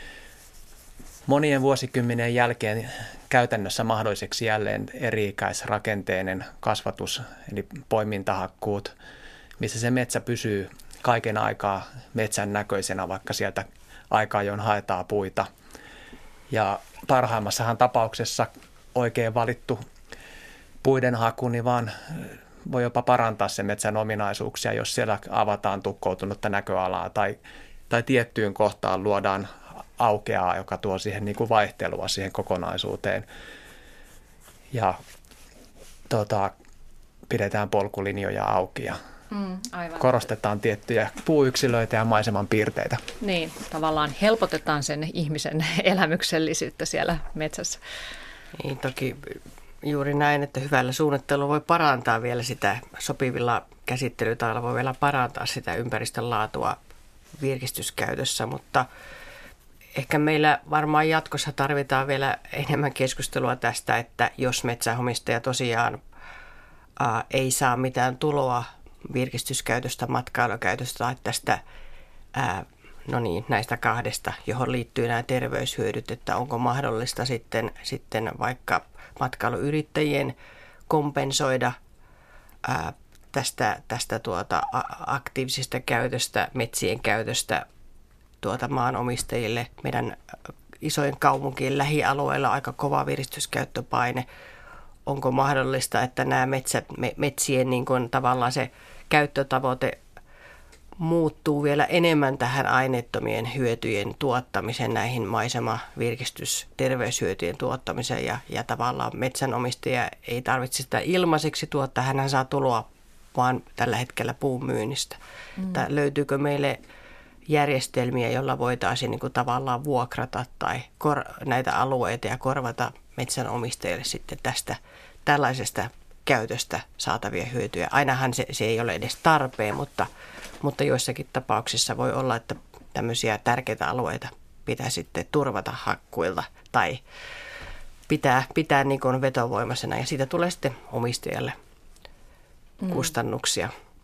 Speaker 2: monien vuosikymmenien jälkeen käytännössä mahdolliseksi jälleen eri-ikäisrakenteinen kasvatus, eli poimintahakkuut, missä se metsä pysyy kaiken aikaa metsän näköisenä, vaikka sieltä aikaa ajoin haetaan puita. Ja parhaimmassahan tapauksessa oikein valittu puiden haku, niin vaan voi jopa parantaa sen metsän ominaisuuksia, jos siellä avataan tukkoutunutta näköalaa tai, tai tiettyyn kohtaan luodaan aukeaa, joka tuo siihen niin kuin vaihtelua siihen kokonaisuuteen. Ja tota, pidetään polkulinjoja auki ja mm, aivan. Korostetaan tiettyjä puuyksilöitä ja maiseman piirteitä.
Speaker 1: Niin, tavallaan helpotetaan sen ihmisen elämyksellisyyttä siellä metsässä.
Speaker 3: Niin, toki juuri näin, että hyvällä suunnittelulla voi parantaa vielä sitä sopivilla käsittelytailla, voi vielä parantaa sitä ympäristön laatua virkistyskäytössä, mutta ehkä meillä varmaan jatkossa tarvitaan vielä enemmän keskustelua tästä, että jos metsänomistaja tosiaan ää, ei saa mitään tuloa virkistyskäytöstä, matkailukäytöstä tai tästä, ää, no niin, näistä kahdesta, johon liittyy nämä terveyshyödyt, että onko mahdollista sitten, sitten vaikka matkailuyrittäjien kompensoida ää, tästä, tästä tuota, aktiivisesta käytöstä, metsien käytöstä tuota maanomistajille. Meidän isojen kaupunkien lähialueilla on aika kova virkistyskäyttöpaine. Onko mahdollista, että nämä metsät, metsien niin kuin tavallaan se käyttötavoite muuttuu vielä enemmän tähän aineettomien hyötyjen tuottamiseen, näihin maisema-, virkistys-, terveyshyötyjen tuottamiseen ja, ja tavallaan metsänomistaja ei tarvitse sitä ilmaiseksi tuottaa, hän saa tuloa vaan tällä hetkellä puun myynnistä. Mm. Löytyykö meille järjestelmiä, joilla voitaisiin niin kuin tavallaan vuokrata tai kor- näitä alueita ja korvata metsänomistajille sitten tästä tällaisesta käytöstä saatavia hyötyjä. Ainahan se, se ei ole edes tarpeen, mutta, mutta joissakin tapauksissa voi olla, että tämmöisiä tärkeitä alueita pitää sitten turvata hakkuilta tai pitää, pitää niin kuin vetovoimaisena ja siitä tulee sitten omistajalle mm. kustannuksia.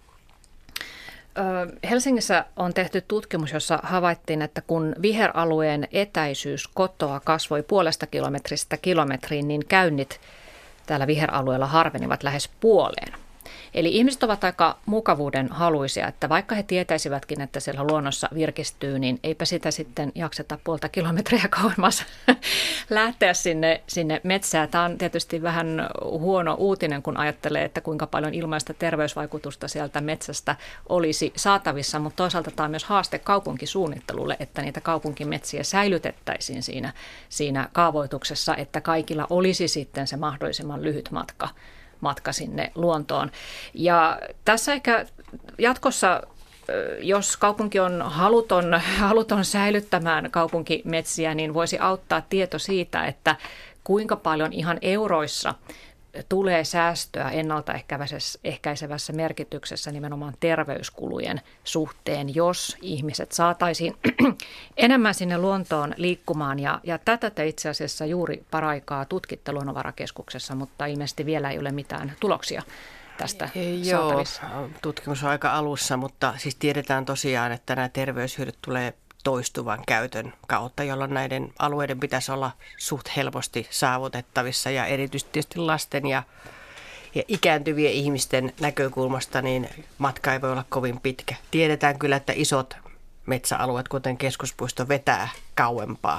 Speaker 1: Helsingissä on tehty tutkimus, jossa havaittiin, että kun viheralueen etäisyys kotoa kasvoi puolesta kilometristä kilometriin, niin käynnit täällä viheralueella harvenivat lähes puoleen. Eli ihmiset ovat aika mukavuuden haluisia, että vaikka he tietäisivätkin, että siellä luonnossa virkistyy, niin eipä sitä sitten jakseta puolta kilometriä kauemmas lähteä sinne, sinne metsään. Tämä on tietysti vähän huono uutinen, kun ajattelee, että kuinka paljon ilmaista terveysvaikutusta sieltä metsästä olisi saatavissa, mutta toisaalta tämä on myös haaste kaupunkisuunnittelulle, että niitä kaupunkimetsiä säilytettäisiin siinä, siinä kaavoituksessa, että kaikilla olisi sitten se mahdollisimman lyhyt matka. matka sinne luontoon. Ja tässä ehkä jatkossa, jos kaupunki on haluton, haluton säilyttämään kaupunkimetsiä, niin voisi auttaa tieto siitä, että kuinka paljon ihan euroissa tulee säästöä ennaltaehkäisevässä merkityksessä nimenomaan terveyskulujen suhteen, jos ihmiset saataisiin enemmän sinne luontoon liikkumaan. Ja, ja tätä te itse asiassa juuri paraikaa tutkitte Luonnonvarakeskuksessa, mutta ilmeisesti vielä ei ole mitään tuloksia tästä saatavissa.
Speaker 3: Joo, tutkimus on aika alussa, mutta siis tiedetään tosiaan, että nämä terveyshyödyt tulee toistuvan käytön kautta, jolloin näiden alueiden pitäisi olla suht helposti saavutettavissa ja erityisesti tietysti lasten ja, ja ikääntyvien ihmisten näkökulmasta niin matka ei voi olla kovin pitkä. Tiedetään kyllä, että isot metsäalueet, kuten keskuspuisto, vetää kauempaa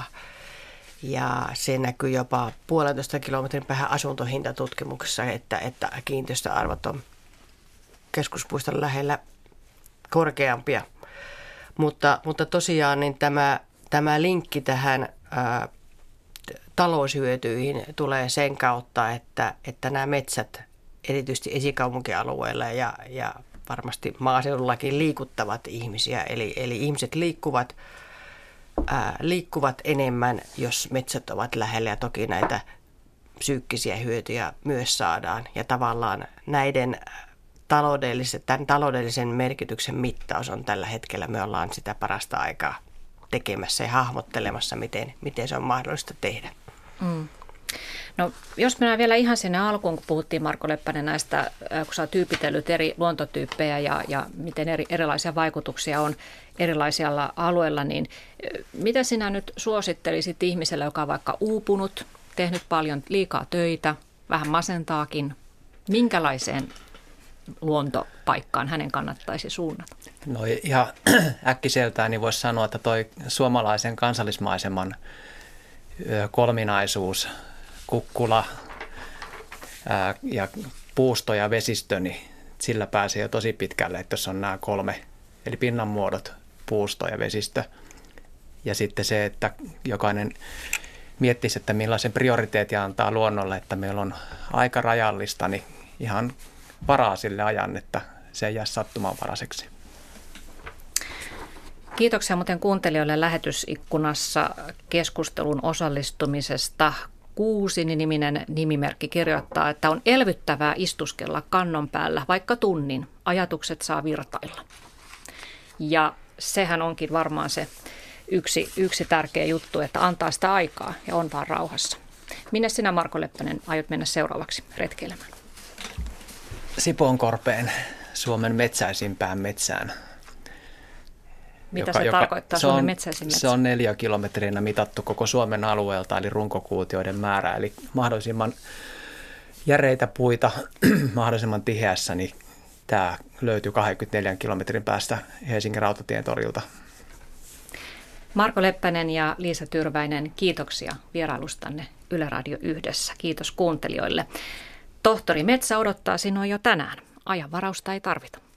Speaker 3: ja se näkyy jopa puolentoista kilometrin päähän asuntohintatutkimuksessa, että, että kiinteistöarvot on keskuspuiston lähellä korkeampia. Mutta, mutta tosiaan niin tämä, tämä linkki tähän ää, taloushyötyihin tulee sen kautta, että, että nämä metsät erityisesti esikaupunkialueilla ja, ja varmasti maaseudullakin liikuttavat ihmisiä. Eli, eli ihmiset liikkuvat, ää, liikkuvat enemmän, jos metsät ovat lähellä ja toki näitä psyykkisiä hyötyjä myös saadaan. Ja tavallaan näiden tämän taloudellisen merkityksen mittaus on tällä hetkellä. Me ollaan sitä parasta aikaa tekemässä ja hahmottelemassa, miten, miten se on mahdollista tehdä.
Speaker 1: Mm. No, jos mennään vielä ihan sinne alkuun, kun puhuttiin Marko Leppänen näistä, kun sä oot tyypitellyt eri luontotyyppejä ja, ja miten eri, erilaisia vaikutuksia on erilaisilla alueilla, niin mitä sinä nyt suosittelisit ihmiselle, joka on vaikka uupunut, tehnyt paljon liikaa töitä, vähän masentaakin, minkälaiseen luontopaikkaan hänen kannattaisi suunnata?
Speaker 2: No ihan äkkiseltään niin voisi sanoa, että toi suomalaisen kansallismaiseman kolminaisuus, kukkula ää, ja puusto ja vesistö, niin sillä pääsee jo tosi pitkälle, että jos on nämä kolme, eli pinnanmuodot, puusto ja vesistö. Ja sitten se, että jokainen miettisi, että millaisen prioriteetin antaa luonnolle, että meillä on aika rajallista, niin ihan varaa sille ajan, että se ei jää sattumanvaraiseksi.
Speaker 1: Kiitoksia muuten kuuntelijoille lähetysikkunassa keskustelun osallistumisesta. Kuusini-niminen nimimerkki kirjoittaa, että on elvyttävää istuskella kannon päällä vaikka tunnin. Ajatukset saa virtailla. Ja sehän onkin varmaan se yksi, yksi tärkeä juttu, että antaa sitä aikaa ja on vaan rauhassa. Minne sinä, Marko Leppänen, aiot mennä seuraavaksi retkeilemään?
Speaker 2: Sipoonkorpeen, Suomen metsäisimpään metsään.
Speaker 1: Mitä joka, se joka, tarkoittaa,
Speaker 2: se
Speaker 1: Suomen
Speaker 2: on,
Speaker 1: metsäisin metsä?
Speaker 2: Se on neliökilometrinä mitattu koko Suomen alueelta, eli runkokuutioiden määrä. Eli mahdollisimman järeitä puita, mahdollisimman tiheässä, niin tämä löytyy kaksikymmentäneljä kilometrin päästä Helsingin Rautatien torilta.
Speaker 1: Marko Leppänen ja Liisa Tyrväinen, kiitoksia vierailustanne Yle Radio Yhdessä. Kiitos kuuntelijoille. Tohtori Metsä odottaa sinua jo tänään. Ajanvarausta ei tarvita.